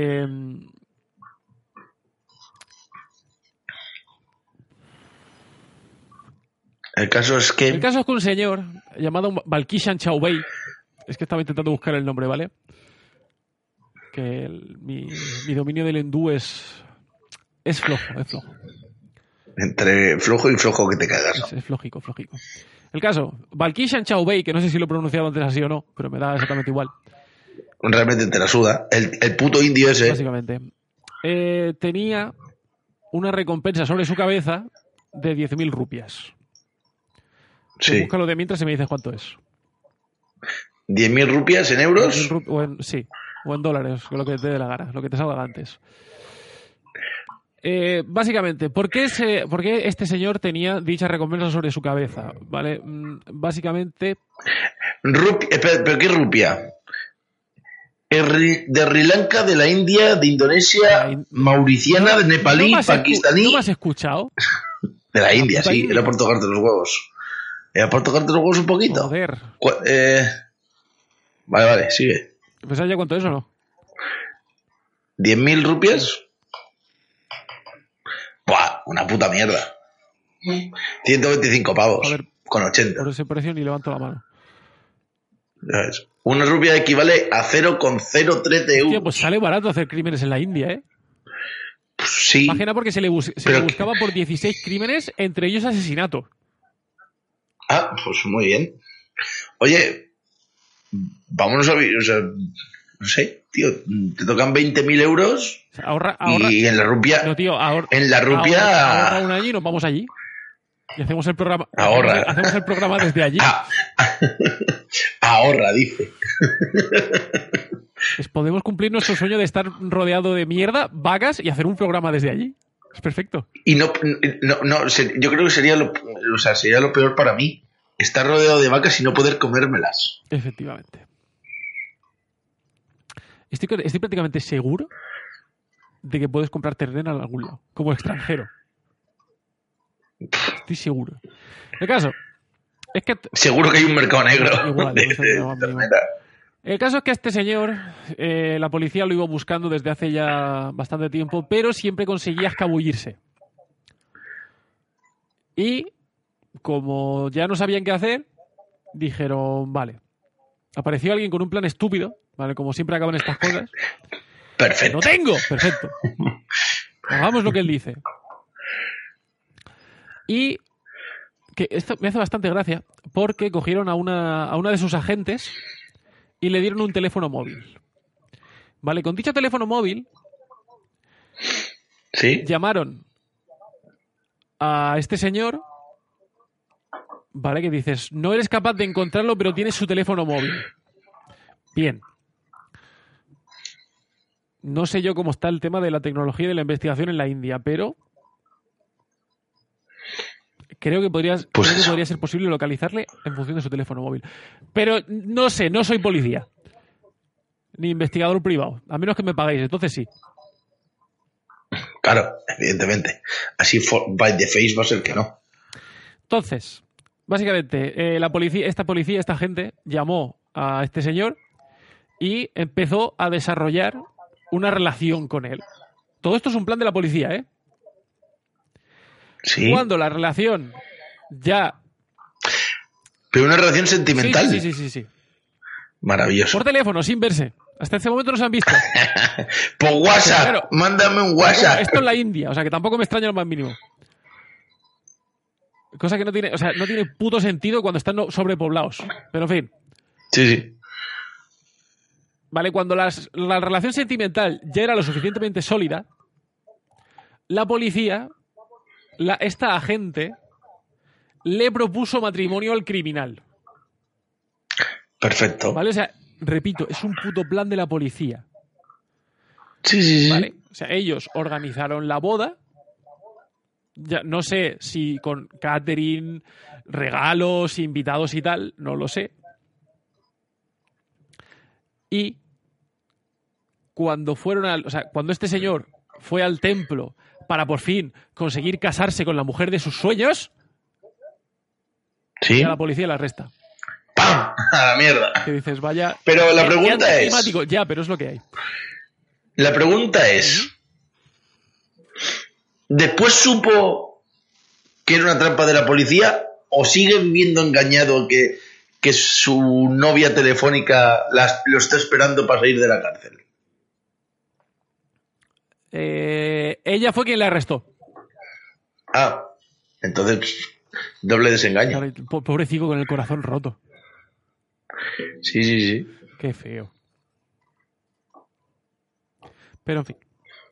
Speaker 4: El caso es que
Speaker 3: un señor llamado Balkishan Chaubey, es que estaba intentando buscar el nombre, ¿vale? Que mi dominio del hindú es Es flojo.
Speaker 4: Entre flojo y flojo que te cagas.
Speaker 3: Es flojico. El caso, Balkishan Chaubey, que no sé si lo he pronunciado antes así o no, pero me da exactamente igual.
Speaker 4: Realmente te la suda. El puto indio ese.
Speaker 3: Básicamente. Tenía una recompensa sobre su cabeza de 10.000 rupias.
Speaker 4: Sí.
Speaker 3: Búscalo de mientras y me dices cuánto es.
Speaker 4: ¿10.000 rupias en euros?
Speaker 3: Sí, o en dólares, lo que te dé la gana, lo que te salga antes. Básicamente, ¿por qué este señor tenía dicha recompensa sobre su cabeza? ¿Vale? Básicamente...
Speaker 4: ¿Pero qué rupia? De Sri Lanka, de la India, de Indonesia, mauriciana, de nepalí, pakistaní...
Speaker 3: ¿No me has escuchado?
Speaker 4: De la India, sí, era por tocarte los huevos. ¿Era por tocarte los huevos un poquito?
Speaker 3: Joder.
Speaker 4: Vale, sigue.
Speaker 3: ¿Sabes ya cuánto es o no?
Speaker 4: 10.000 rupias. Buah, una puta mierda. 125 pavos.
Speaker 3: A ver,
Speaker 4: con 80.
Speaker 3: Por ese precio ni levanto la mano.
Speaker 4: ¿Sabes? Una rupia equivale a 0,013 euros.
Speaker 3: Hostia, pues sale barato hacer crímenes en la India, ¿eh?
Speaker 4: Pues sí.
Speaker 3: Imagina porque se le buscaba por 16 crímenes, entre ellos asesinato.
Speaker 4: Ah, pues muy bien. Oye, vámonos a... O sea, no sé, tío, te tocan 20.000 euros.
Speaker 3: O sea, ahorra.
Speaker 4: Y en la rupia...
Speaker 3: No, tío,
Speaker 4: en la rupia...
Speaker 3: Ahorra un año y nos vamos allí. Y hacemos el programa...
Speaker 4: Ahorra.
Speaker 3: Hacemos el programa desde allí.
Speaker 4: Ahorra, dice.
Speaker 3: Pues podemos cumplir nuestro sueño de estar rodeado de mierda, vacas y hacer un programa desde allí. Es perfecto.
Speaker 4: Y no, yo creo que sería lo peor para mí. Estar rodeado de vacas y no poder comérmelas.
Speaker 3: Efectivamente. Estoy prácticamente seguro de que puedes comprar terreno en algún lado, como extranjero. Estoy seguro. El caso es que...
Speaker 4: Seguro que hay un mercado negro.
Speaker 3: Igual, el caso es que este señor, la policía lo iba buscando desde hace ya bastante tiempo, pero siempre conseguía escabullirse. Y como ya no sabían qué hacer, dijeron, vale. Apareció alguien con un plan estúpido, ¿vale? Como siempre acaban estas cosas.
Speaker 4: Perfecto.
Speaker 3: ¡Lo tengo! Perfecto. Hagamos lo que él dice. Y que esto me hace bastante gracia, porque cogieron a una de sus agentes y le dieron un teléfono móvil. Vale, con dicho teléfono móvil,
Speaker 4: ¿sí?
Speaker 3: Llamaron a este señor, vale, que dices, no eres capaz de encontrarlo, pero tienes su teléfono móvil. Bien. No sé yo cómo está el tema de la tecnología y de la investigación en la India, pero creo que podría ser posible localizarle en función de su teléfono móvil. Pero no sé, no soy policía. Ni investigador privado. A menos que me paguéis, entonces sí.
Speaker 4: Claro, evidentemente. Así by the face va a ser que no.
Speaker 3: Entonces, básicamente, esta gente llamó a este señor y empezó a desarrollar una relación con él. Todo esto es un plan de la policía, ¿eh?
Speaker 4: Sí.
Speaker 3: Cuando la relación ya...
Speaker 4: Pero una relación sentimental.
Speaker 3: Sí.
Speaker 4: Maravilloso.
Speaker 3: Por teléfono, sin verse. Hasta ese momento no se han visto.
Speaker 4: Por WhatsApp. Claro, mándame un WhatsApp.
Speaker 3: Esto es la India, o sea que tampoco me extraña lo más mínimo. Cosa que no tiene puto sentido cuando están sobrepoblados. Pero en fin.
Speaker 4: Sí.
Speaker 3: Vale, cuando la relación sentimental ya era lo suficientemente sólida, la policía, esta agente, le propuso matrimonio al criminal.
Speaker 4: Perfecto.
Speaker 3: Vale, o sea, repito, es un puto plan de la policía.
Speaker 4: Sí.
Speaker 3: ¿Vale? O sea, ellos organizaron la boda. Ya, no sé si con catering, regalos, invitados y tal, no lo sé. Y cuando cuando este señor fue al templo para por fin conseguir casarse con la mujer de sus sueños,
Speaker 4: ¿sí?
Speaker 3: Ya la policía la arresta.
Speaker 4: ¡Pam! A la mierda.
Speaker 3: Que dices, vaya...
Speaker 4: Pero la pregunta es...
Speaker 3: Ya, pero es lo que hay.
Speaker 4: La pregunta es... ¿Después supo que era una trampa de la policía o sigue viviendo engañado que su novia telefónica lo está esperando para salir de la cárcel?
Speaker 3: ella fue quien le arrestó.
Speaker 4: Ah, entonces, doble desengaño.
Speaker 3: Pobrecito con el corazón roto.
Speaker 4: Sí.
Speaker 3: Qué feo. Pero en fin.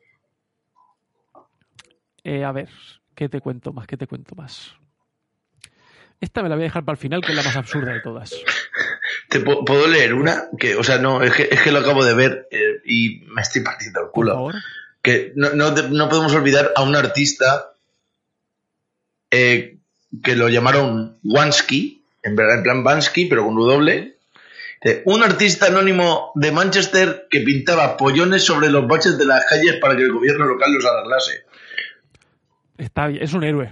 Speaker 3: A ver, ¿qué te cuento más? Esta me la voy a dejar para el final, que es la más absurda de todas.
Speaker 4: ¿Te puedo leer una? Que, o sea, no, es que lo acabo de ver y me estoy partiendo el culo.
Speaker 3: Por favor.
Speaker 4: Que no podemos olvidar a un artista que lo llamaron Wansky, en plan Bansky, pero con W. Un artista anónimo de Manchester que pintaba pollones sobre los baches de las calles para que el gobierno local los arreglase.
Speaker 3: Está bien, es un héroe.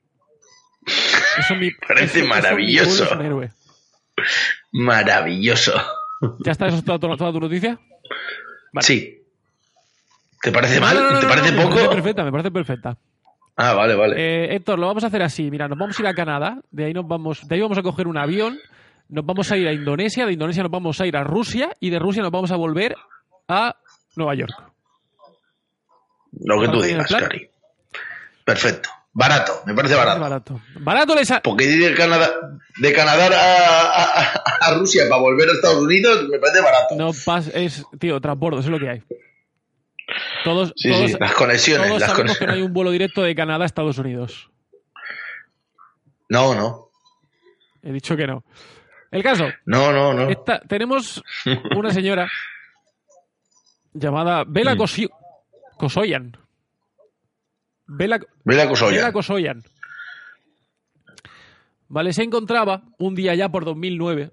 Speaker 4: Parece maravilloso.
Speaker 3: Es un héroe.
Speaker 4: Maravilloso.
Speaker 3: ¿Ya está eso toda tu noticia?
Speaker 4: Vale. Sí. ¿Te parece mal? ¿Te parece poco?
Speaker 3: Me parece perfecta.
Speaker 4: Ah, vale.
Speaker 3: Héctor, lo vamos a hacer así. Mira, nos vamos a ir a Canadá, de ahí vamos a coger un avión, nos vamos a ir a Indonesia, de Indonesia nos vamos a ir a Rusia y de Rusia nos vamos a volver a Nueva York.
Speaker 4: Lo que tú digas, Cari. Perfecto. Barato, me parece barato.
Speaker 3: Barato le sale.
Speaker 4: Porque ir de Canadá a Rusia para volver a Estados Unidos me parece barato.
Speaker 3: No tío, transbordo, eso es lo que hay. Todos
Speaker 4: las conexiones.
Speaker 3: Todos sabemos que no hay un vuelo directo de Canadá a Estados Unidos.
Speaker 4: No.
Speaker 3: He dicho que no. El caso.
Speaker 4: No.
Speaker 3: Tenemos una señora llamada Bela Kosoyan. Bela Kosoyan. Vale, se encontraba un día ya por 2009,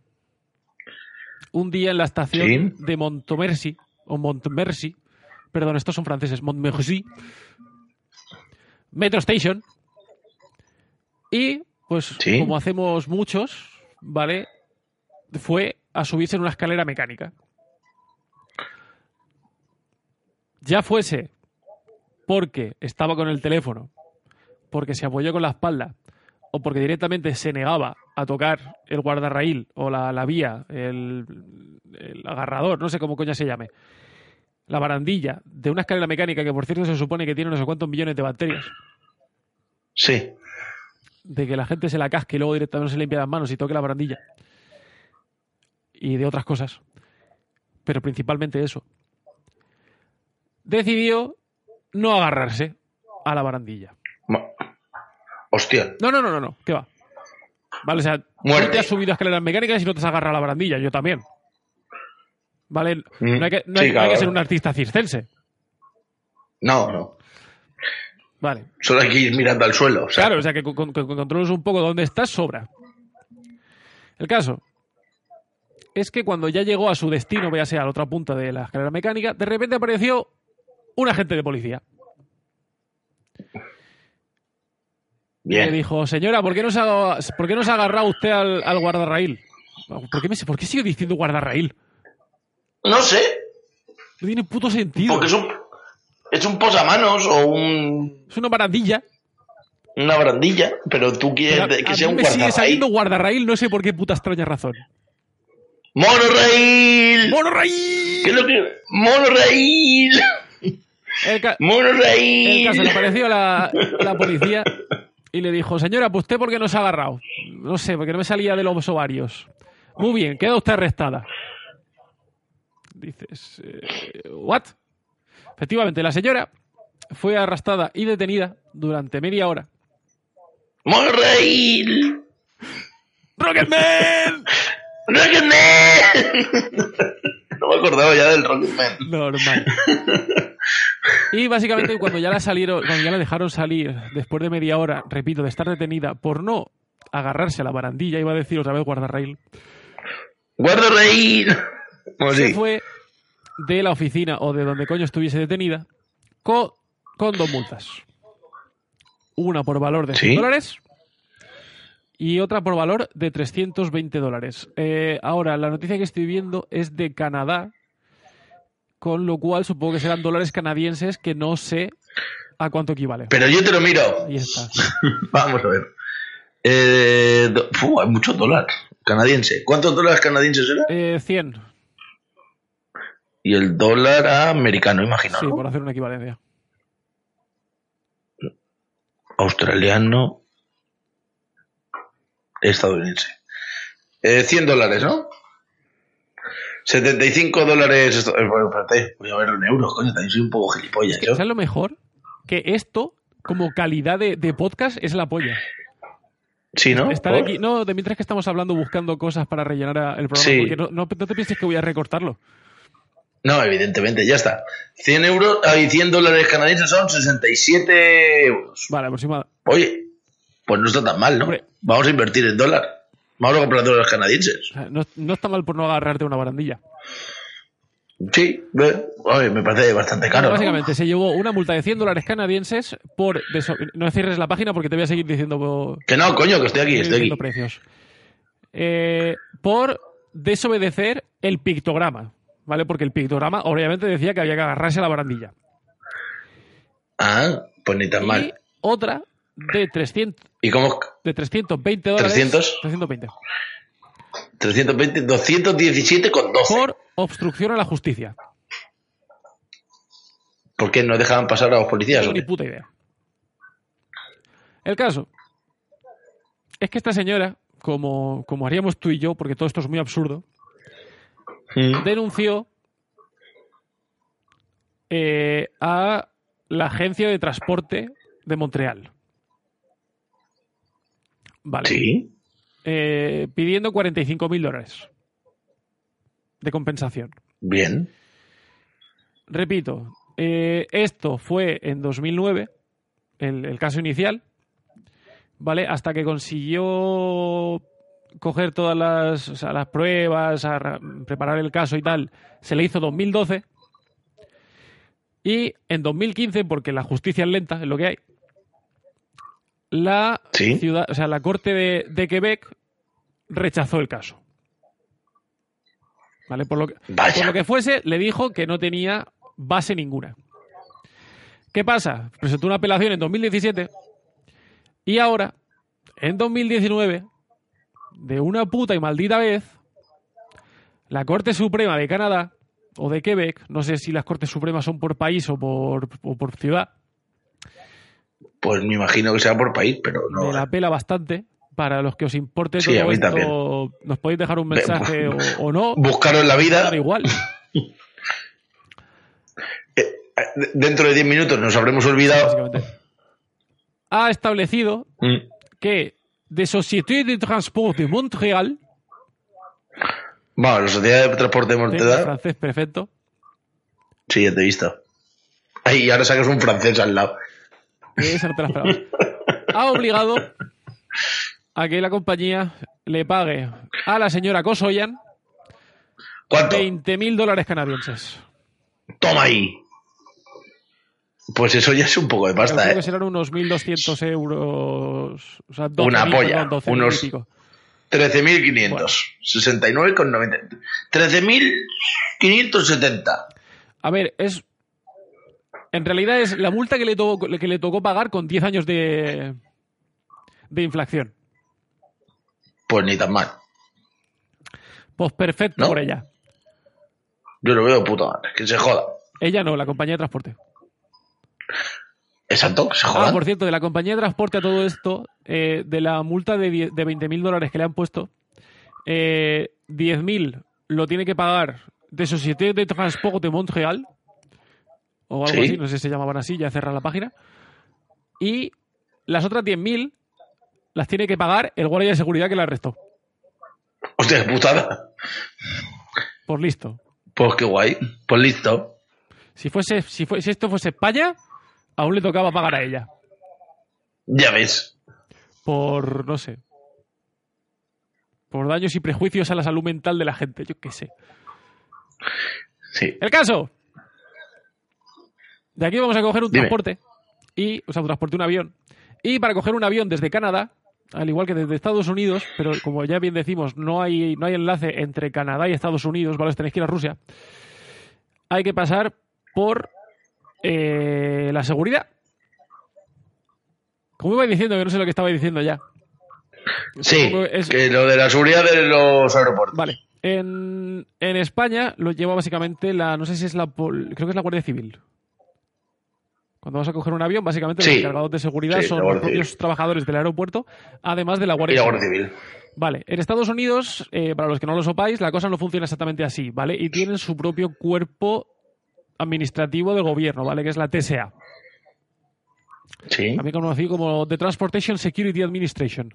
Speaker 3: un día en la estación de Montmorency, perdón, estos son franceses, Montmorency, Metro Station, y pues como hacemos muchos, ¿vale? Fue a subirse en una escalera mecánica. Ya fuese porque estaba con el teléfono, porque se apoyó con la espalda, o porque directamente se negaba a tocar el guardarraíl o la vía, el agarrador, no sé cómo coña se llame, la barandilla de una escalera mecánica que, por cierto, se supone que tiene no sé cuántos millones de bacterias.
Speaker 4: Sí.
Speaker 3: De que la gente se la casque y luego directamente se limpia las manos y toque la barandilla. Y de otras cosas. Pero principalmente eso. Decidió no agarrarse a la barandilla.
Speaker 4: Hostia.
Speaker 3: No. ¿Qué va? Vale, o sea, tú te has subido a escaleras mecánicas y no te has agarrado a la barandilla. Yo también. Vale, no hay que ser un artista circense.
Speaker 4: No.
Speaker 3: Vale.
Speaker 4: Solo hay que ir mirando al suelo.
Speaker 3: Claro, o sea, que controles un poco dónde estás, sobra. El caso es que cuando ya llegó a su destino, véase a la otra punta de la escalera mecánica, de repente apareció un agente de policía.
Speaker 4: Bien.
Speaker 3: Y le dijo, señora, ¿por qué no se ha agarrado usted al guardarraíl? ¿Por qué sigo diciendo guardarraíl?
Speaker 4: No sé.
Speaker 3: No tiene puto sentido.
Speaker 4: Porque es un posamanos o un...
Speaker 3: Es una barandilla.
Speaker 4: Una barandilla, pero tú quieres que sea un guardarraíl.
Speaker 3: Me sigue saliendo guardarraíl, no sé por qué puta extraña razón.
Speaker 4: ¡Monorraíl!
Speaker 3: ¡Monorraíl!
Speaker 4: ¿Qué es lo que...? ¡Monorraíl! ¡Monorraíl!
Speaker 3: El caso, le apareció la policía y le dijo, señora, pues usted, ¿por qué no se ha agarrado? No sé, porque no me salía de los ovarios. Muy bien, queda usted arrestada. Dices, ¿what? Efectivamente, la señora fue arrestada y detenida durante media hora.
Speaker 4: ¡Monorraíl!
Speaker 3: ¡Rocketman!
Speaker 4: ¡Rocketman! No me acordaba ya del Rocketman.
Speaker 3: Normal. Y básicamente cuando ya la dejaron salir después de media hora, repito, de estar detenida por no agarrarse a la barandilla, iba a decir otra vez guardarraíl.
Speaker 4: ¡Guardarraíl!
Speaker 3: Se fue de la oficina o de donde coño estuviese detenida con 2 multas. Una por valor de $100 y otra por valor de $320. Ahora, la noticia que estoy viendo es de Canadá, con lo cual supongo que serán dólares canadienses, que no sé a cuánto equivale.
Speaker 4: Pero yo te lo miro.
Speaker 3: Ahí está.
Speaker 4: Vamos a ver. Hay muchos dólares canadienses. ¿Cuántos dólares canadienses eran?
Speaker 3: 100.
Speaker 4: Y el dólar americano, imagino.
Speaker 3: Sí,
Speaker 4: ¿no?
Speaker 3: por hacer una equivalencia.
Speaker 4: Australiano. Estadounidense. $100, ¿no? $75. Bueno, espérate, voy a verlo en euros, coño, también soy un poco gilipollas.
Speaker 3: Es que, ¿sabes lo mejor? Que esto, como calidad de podcast, es la polla.
Speaker 4: Sí, ¿no?
Speaker 3: Estar aquí, no, de mientras que estamos hablando, buscando cosas para rellenar el programa,
Speaker 4: Sí.
Speaker 3: porque no te pienses que voy a recortarlo.
Speaker 4: No, evidentemente, ya está. $100 canadienses son 67 euros.
Speaker 3: Vale, aproximado.
Speaker 4: Oye, pues no está tan mal, ¿no?
Speaker 3: Hombre.
Speaker 4: Vamos a invertir en dólar. Vamos a comprar dólares canadienses.
Speaker 3: O sea, no está mal por no agarrarte una barandilla.
Speaker 4: Sí, oye, me parece bastante caro.
Speaker 3: Bueno, básicamente, se llevó una multa de $100 canadienses por... No cierres la página porque te voy a seguir diciendo...
Speaker 4: Que no, coño, que estoy aquí.
Speaker 3: Precios. Por desobedecer el pictograma, ¿vale? Porque el pictograma obviamente decía que había que agarrarse a la barandilla.
Speaker 4: Ah, pues ni tan mal.
Speaker 3: Y otra de 300...
Speaker 4: ¿Y cómo?
Speaker 3: De $320.
Speaker 4: 300.
Speaker 3: 320.
Speaker 4: 320, 217,12.
Speaker 3: Por obstrucción a la justicia.
Speaker 4: ¿Por qué no dejaban pasar a los policías?
Speaker 3: No tengo ni puta idea. El caso es que esta señora, como haríamos tú y yo, porque todo esto es muy absurdo, denunció a la agencia de transporte de Montreal. Vale.
Speaker 4: Sí.
Speaker 3: Pidiendo $45,000 de compensación.
Speaker 4: Bien.
Speaker 3: Repito, esto fue en 2009, el caso inicial, ¿vale? Hasta que consiguió coger todas las pruebas, preparar el caso y tal, se le hizo 2012. Y en 2015, porque la justicia es lenta, es lo que hay, la ciudad, o sea, la Corte de Quebec rechazó el caso. ¿Vale? Por lo que fuese, le dijo que no tenía base ninguna. ¿Qué pasa? Presentó una apelación en 2017 y ahora, en 2019, de una puta y maldita vez, la Corte Suprema de Canadá o de Quebec, no sé si las Cortes Supremas son por país o por ciudad.
Speaker 4: Pues me imagino que sea por país, pero no.
Speaker 3: Me la pela bastante. Para los que os importe
Speaker 4: sí,
Speaker 3: todo
Speaker 4: a mí
Speaker 3: esto,
Speaker 4: también.
Speaker 3: nos podéis dejar un mensaje o no.
Speaker 4: Buscaros la vida.
Speaker 3: Da igual.
Speaker 4: Dentro de 10 minutos nos habremos olvidado.
Speaker 3: Básicamente. Ha establecido que de Société de Transport de Montréal.
Speaker 4: Vamos, la Sociedad de Transporte de Montréal.
Speaker 3: Francés perfecto.
Speaker 4: Sí, ya te he visto. Ay, y ahora sacas un francés al lado.
Speaker 3: Esa no te la esperabas. Ha obligado a que la compañía le pague a la señora Kosoyan
Speaker 4: ¿cuánto?
Speaker 3: $20,000 canadienses.
Speaker 4: Toma ahí. Pues eso ya es un poco de pasta,
Speaker 3: Creo que serán unos 1.200 euros. O sea, 12,
Speaker 4: una polla. Unos 13.500. Bueno. 69,90. 13.570.
Speaker 3: A ver, en realidad es la multa que le tocó pagar con 10 años de inflación.
Speaker 4: Pues ni tan mal.
Speaker 3: Pues perfecto, ¿no? Por ella.
Speaker 4: Yo lo veo puta madre, que se joda.
Speaker 3: Ella no, la compañía de transporte.
Speaker 4: Exacto, que se joda.
Speaker 3: Por cierto, de la compañía de transporte a todo esto, de la multa de $20,000 que le han puesto, 10.000 lo tiene que pagar de Société de Transport de Montréal, o algo así, no sé si se llamaban así, ya cerran la página. Y las otras 10.000 las tiene que pagar el guardia de seguridad que la arrestó.
Speaker 4: Hostia, putada.
Speaker 3: Pues listo.
Speaker 4: Pues qué guay. Pues listo.
Speaker 3: Si esto fuese España, aún le tocaba pagar a ella.
Speaker 4: Ya ves.
Speaker 3: Por, no sé. Por daños y prejuicios a la salud mental de la gente, yo qué sé.
Speaker 4: Sí.
Speaker 3: El caso. De aquí vamos a coger un transporte. Un avión. Y para coger un avión desde Canadá, al igual que desde Estados Unidos, pero como ya bien decimos, no hay enlace entre Canadá y Estados Unidos, ¿vale? Tenéis que ir a Rusia. Hay que pasar por la seguridad. Como iba diciendo, que no sé lo que estaba diciendo ya.
Speaker 4: Sí, que lo de la seguridad de los aeropuertos.
Speaker 3: Vale. En España lo lleva básicamente no sé si es creo que es la Guardia Civil. Cuando vas a coger un avión, básicamente los encargados de seguridad son los propios trabajadores del aeropuerto, además de la Guardia Civil. Vale, en Estados Unidos, para los que no lo sepáis, la cosa no funciona exactamente así, ¿vale? Y tienen su propio cuerpo administrativo de gobierno, ¿vale? Que es la TSA.
Speaker 4: Sí.
Speaker 3: También conocido como The Transportation Security Administration.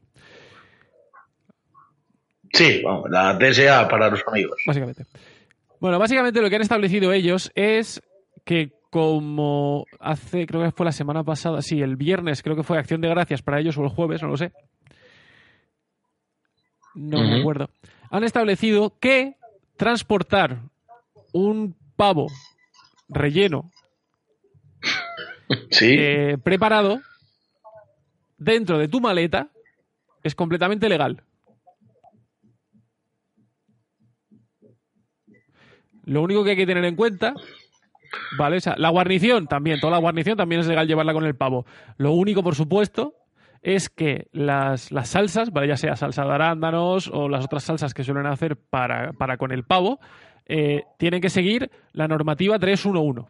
Speaker 4: Sí, vamos, la TSA para los amigos.
Speaker 3: Básicamente. Bueno, básicamente lo que han establecido ellos es que como creo que fue la semana pasada, sí, el viernes creo que fue Acción de Gracias para ellos o el jueves, no lo sé. No me acuerdo. Han establecido que transportar un pavo relleno preparado dentro de tu maleta es completamente legal. Lo único que hay que tener en cuenta, ¿vale? O sea, la guarnición también, toda la guarnición también es legal llevarla con el pavo. Lo único, por supuesto, es que las salsas, ¿vale? Ya sea salsa de arándanos o las otras salsas que suelen hacer para con el pavo, tienen que seguir la normativa 311.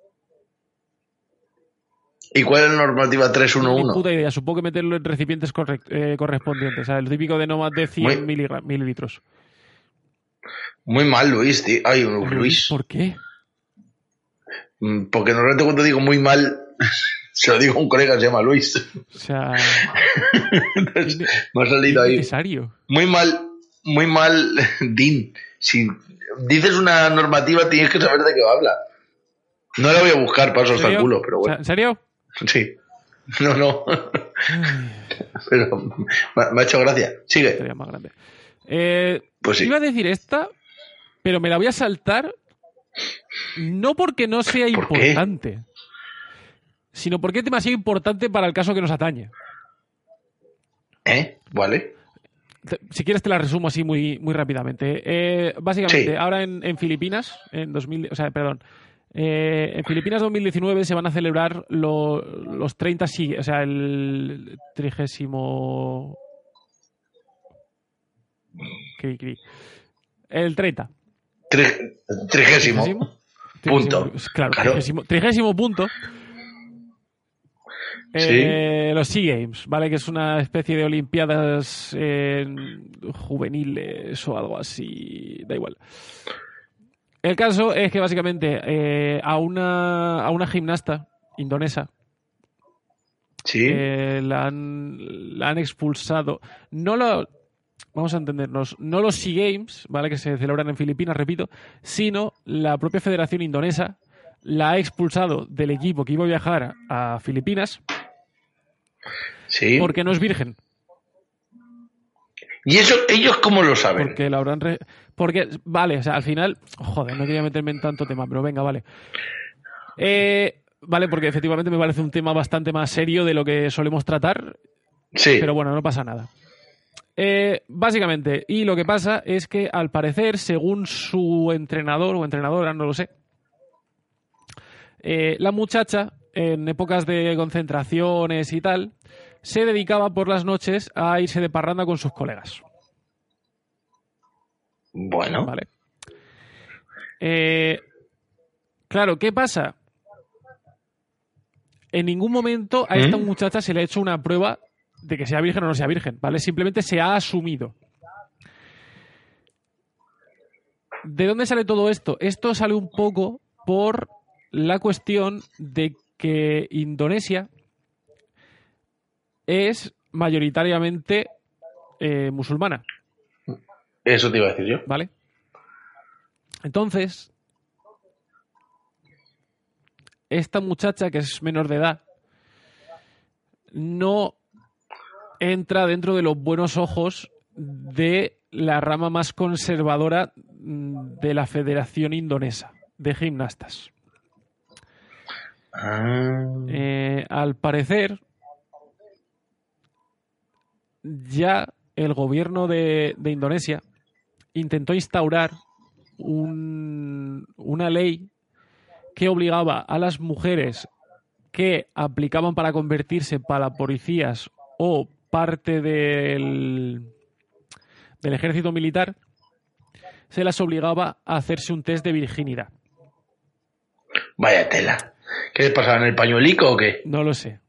Speaker 4: ¿Y cuál es la normativa 311?
Speaker 3: Ni puta idea, supongo que meterlo en recipientes correspondientes, o sea, el típico de no más de 100 mililitros.
Speaker 4: Muy mal, Luis, tío. Ay, Luis.
Speaker 3: ¿Por qué?
Speaker 4: Porque normalmente cuando digo muy mal, se lo digo a un colega que se llama Luis.
Speaker 3: O sea...
Speaker 4: Entonces, me ha salido ahí.
Speaker 3: Necesario.
Speaker 4: Muy mal, Dean. Si dices una normativa, tienes que saber de qué habla. No la voy a buscar, paso hasta el culo, pero bueno.
Speaker 3: ¿En serio?
Speaker 4: Sí. No. Pero me ha hecho gracia. Sigue.
Speaker 3: Sería más grande.
Speaker 4: Pues sí.
Speaker 3: Iba a decir esta, pero me la voy a saltar no porque no sea importante, sino porque es demasiado importante para el caso que nos atañe.
Speaker 4: Vale.
Speaker 3: Si quieres te la resumo así muy, muy rápidamente. Básicamente, ahora en Filipinas, en Filipinas 2019 se van a celebrar los 30 o sea, el 30... El 30.
Speaker 4: 30. Punto.
Speaker 3: Claro. 30 punto. Los SEA Games, ¿vale? Que es una especie de olimpiadas juveniles o algo así. Da igual. El caso es que básicamente a una gimnasta indonesa la han expulsado. Vamos a entendernos, no los SEA Games, ¿vale? Que se celebran en Filipinas, repito, sino la propia Federación Indonesa la ha expulsado del equipo que iba a viajar a Filipinas porque no es virgen.
Speaker 4: ¿Y eso ellos cómo lo saben?
Speaker 3: Porque la habrán... Porque, vale, o sea, al final... Joder, no quería meterme en tanto tema, pero venga, vale. Vale, porque efectivamente me parece un tema bastante más serio de lo que solemos tratar.
Speaker 4: Sí.
Speaker 3: Pero bueno, no pasa nada. Básicamente, y lo que pasa es que al parecer, según su entrenador o entrenadora, no lo sé, la muchacha, en épocas de concentraciones y tal, se dedicaba por las noches a irse de parranda con sus colegas.
Speaker 4: Bueno.
Speaker 3: Vale. Claro, ¿qué pasa? En ningún momento a esta muchacha se le ha hecho una prueba de que sea virgen o no sea virgen, ¿vale? Simplemente se ha asumido. ¿De dónde sale todo esto? Esto sale un poco por la cuestión de que Indonesia es mayoritariamente musulmana.
Speaker 4: Eso te iba a decir yo.
Speaker 3: ¿Vale? Entonces, esta muchacha, que es menor de edad, no entra dentro de los buenos ojos de la rama más conservadora de la Federación Indonesa de Gimnastas. Al parecer, ya el gobierno de Indonesia intentó instaurar una ley que obligaba a las mujeres que aplicaban para convertirse para policías o parte del ejército militar se las obligaba a hacerse un test de virginidad.
Speaker 4: Vaya tela. ¿Qué les pasaba en el pañuelico o qué?
Speaker 3: No lo sé.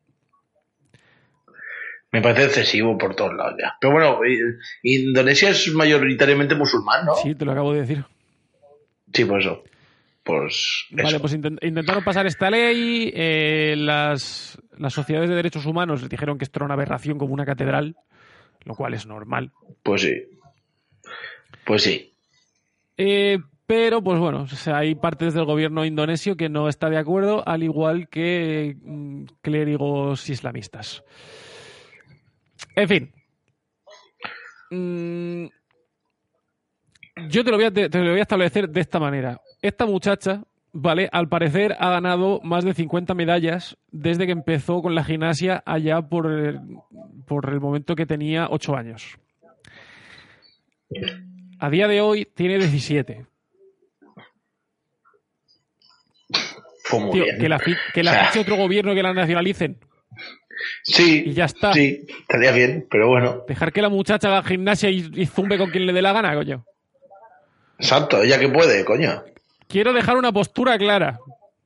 Speaker 4: Me parece excesivo por todos lados ya. Pero bueno, Indonesia es mayoritariamente musulmán, ¿no?
Speaker 3: Sí, te lo acabo de decir.
Speaker 4: Sí, pues eso. Pues
Speaker 3: vale,
Speaker 4: eso.
Speaker 3: pues intentaron pasar esta ley. Las sociedades de derechos humanos les dijeron que esto era una aberración como una catedral, lo cual es normal.
Speaker 4: Pues sí. Pues sí.
Speaker 3: Pero, pues bueno, o sea, hay partes del gobierno indonesio que no está de acuerdo, al igual que clérigos islamistas. En fin. Yo te lo voy a establecer de esta manera. Esta muchacha, ¿vale? Al parecer ha ganado más de 50 medallas desde que empezó con la gimnasia allá por el momento que tenía 8 años. A día de hoy tiene 17. Tío, que la fiche otro gobierno, que la nacionalicen.
Speaker 4: Sí,
Speaker 3: y ya está.
Speaker 4: Sí, estaría bien, pero bueno.
Speaker 3: Dejar que la muchacha haga gimnasia y zumbe con quien le dé la gana, coño.
Speaker 4: Exacto, ella que puede, coño.
Speaker 3: Quiero dejar una postura clara.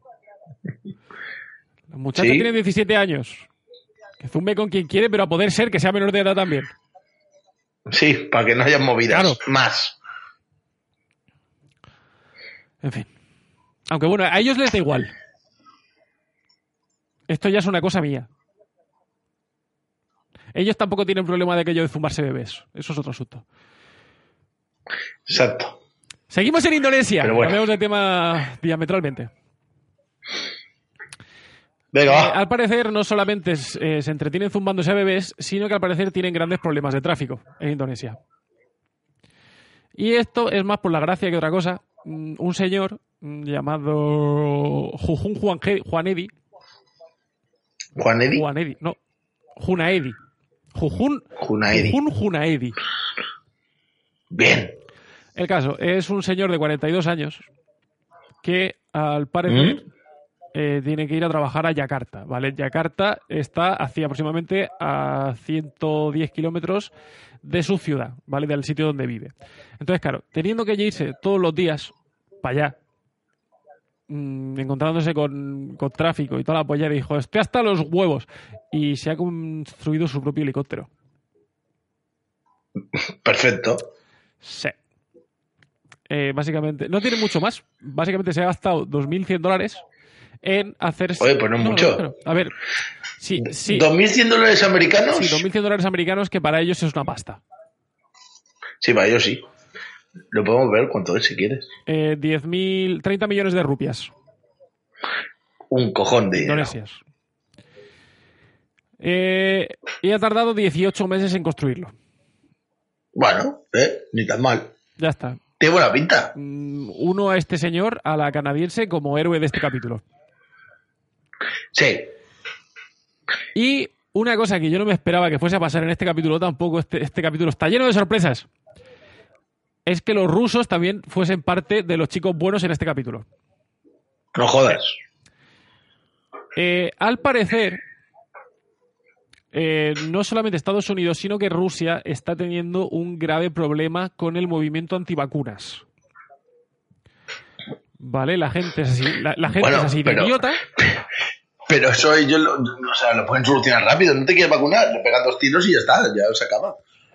Speaker 3: La muchacha tiene 17 años. Que zumbe con quien quiere, pero a poder ser que sea menor de edad también.
Speaker 4: Sí, para que no haya movidas.
Speaker 3: Claro.
Speaker 4: Más.
Speaker 3: En fin. Aunque bueno, a ellos les da igual. Esto ya es una cosa mía. Ellos tampoco tienen problema de aquello de zumbarse bebés. Eso es otro asunto.
Speaker 4: Exacto.
Speaker 3: Seguimos en Indonesia.
Speaker 4: Pero bueno.
Speaker 3: Cambiamos de tema diametralmente.
Speaker 4: Venga.
Speaker 3: Al parecer no solamente se entretienen zumbándose a bebés, sino que al parecer tienen grandes problemas de tráfico en Indonesia. Y esto es más por la gracia que otra cosa. Un señor llamado Junaedi.
Speaker 4: ¿Junaedi?
Speaker 3: No. Junaedi. Junaedi.
Speaker 4: Bien.
Speaker 3: El caso es un señor de 42 años que al parecer tiene que ir a trabajar a Yakarta, ¿vale? Yakarta está aproximadamente a 110 kilómetros de su ciudad, ¿vale? Del sitio donde vive. Entonces, claro, teniendo que irse todos los días para allá, encontrándose con tráfico y toda la polla, dijo, estoy hasta los huevos. Y se ha construido su propio helicóptero.
Speaker 4: Perfecto.
Speaker 3: Sí. Básicamente, no tiene mucho más. Básicamente se ha gastado $2.100 en hacerse...
Speaker 4: Oye, pues no es mucho.
Speaker 3: Pero, a ver, sí.
Speaker 4: ¿$2.100 americanos?
Speaker 3: Sí, $2.100 americanos, que para ellos es una pasta.
Speaker 4: Sí, para ellos sí. Lo podemos ver cuánto es, si quieres.
Speaker 3: 30 millones de rupias.
Speaker 4: Un cojón de dinero.
Speaker 3: Indonesias. Y ha tardado 18 meses en construirlo.
Speaker 4: Bueno, ni tan mal.
Speaker 3: Ya está.
Speaker 4: Tiene buena pinta.
Speaker 3: Uno a este señor, a la canadiense, como héroe de este capítulo.
Speaker 4: Sí.
Speaker 3: Y una cosa que yo no me esperaba que fuese a pasar en este capítulo tampoco, este capítulo está lleno de sorpresas, es que los rusos también fuesen parte de los chicos buenos en este capítulo.
Speaker 4: No jodas.
Speaker 3: Al parecer, no solamente Estados Unidos, sino que Rusia está teniendo un grave problema con el movimiento antivacunas. ¿Vale? La gente es así, es así de idiota.
Speaker 4: Pero eso ellos lo pueden solucionar rápido. No te quieres vacunar, le pegan 2 tiros y ya está, ya se acaba.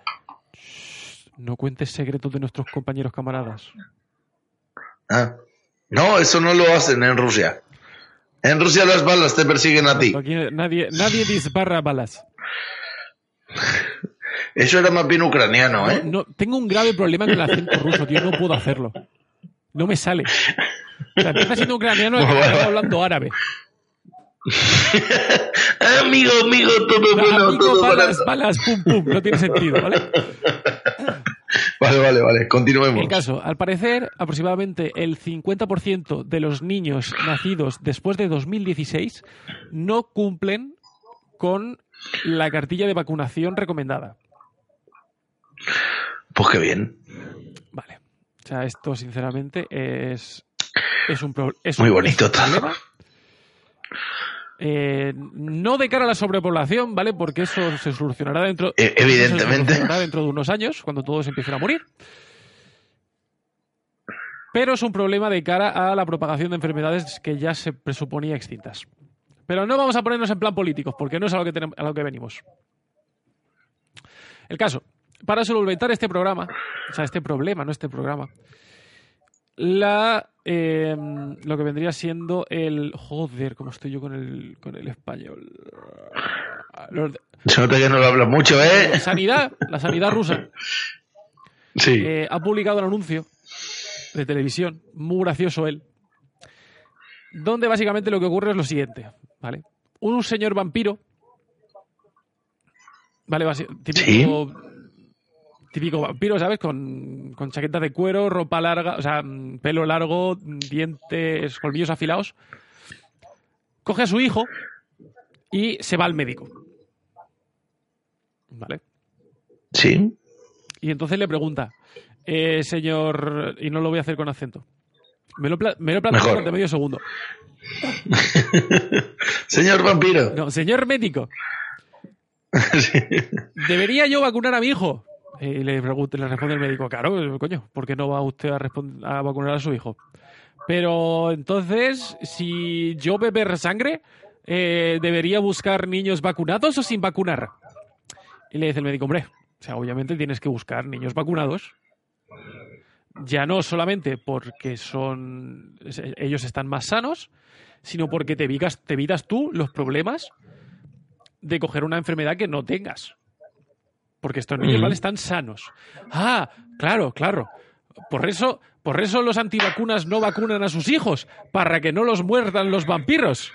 Speaker 3: No cuentes secretos de nuestros compañeros camaradas.
Speaker 4: Ah. No, eso no lo hacen en Rusia. En Rusia las balas te persiguen a ti.
Speaker 3: Aquí nadie dispara balas.
Speaker 4: Eso era más bien ucraniano, ¿eh?
Speaker 3: No, tengo un grave problema con el acento ruso, tío. No puedo hacerlo. No me sale. O sea, empieza siendo ucraniano y acaba hablando árabe.
Speaker 4: amigo, todo bueno,
Speaker 3: amigo,
Speaker 4: todo
Speaker 3: balas, pum, pum. No tiene sentido, ¿vale?
Speaker 4: Vale, continuemos.
Speaker 3: El caso, al parecer, aproximadamente el 50% de los niños nacidos después de 2016 no cumplen con la cartilla de vacunación recomendada.
Speaker 4: Pues qué bien.
Speaker 3: Vale. O sea, esto sinceramente es
Speaker 4: muy bonito
Speaker 3: problema. No de cara a la sobrepoblación, ¿vale? Porque eso se solucionará
Speaker 4: evidentemente
Speaker 3: dentro de unos años, cuando todos empiecen a morir. pero es un problema de cara a la propagación de enfermedades que ya se presuponía extintas. Pero no vamos a ponernos en plan políticos, porque no es a lo que venimos. El caso, para solventar este programa, lo que vendría siendo el... Joder, ¿cómo estoy yo con el español?
Speaker 4: Se nota que no lo hablo mucho, ¿eh?
Speaker 3: La sanidad rusa
Speaker 4: sí.
Speaker 3: Ha publicado un anuncio de televisión, muy gracioso él, donde básicamente lo que ocurre es lo siguiente, ¿vale? Un señor vampiro, ¿vale? Típico vampiro, ¿sabes? Con chaquetas de cuero, ropa larga, o sea, pelo largo, dientes, colmillos afilados. Coge a su hijo y se va al médico. ¿Vale?
Speaker 4: Sí.
Speaker 3: Y entonces le pregunta, señor... Y no lo voy a hacer con acento. Me lo he planteado durante medio segundo.
Speaker 4: Señor vampiro.
Speaker 3: No, señor médico.
Speaker 4: Sí.
Speaker 3: ¿Debería yo vacunar a mi hijo? Y le responde el médico, claro, coño, ¿por qué no va usted a vacunar a su hijo? Pero entonces, si yo beber sangre, ¿debería buscar niños vacunados o sin vacunar? Y le dice el médico, hombre, o sea, obviamente tienes que buscar niños vacunados. Ya no solamente porque ellos están más sanos, sino porque te evitas tú los problemas de coger una enfermedad que no tengas. Porque estos niños, ¿vale? Están sanos. Ah, claro. Por eso los antivacunas no vacunan a sus hijos, para que no los muerdan los vampiros.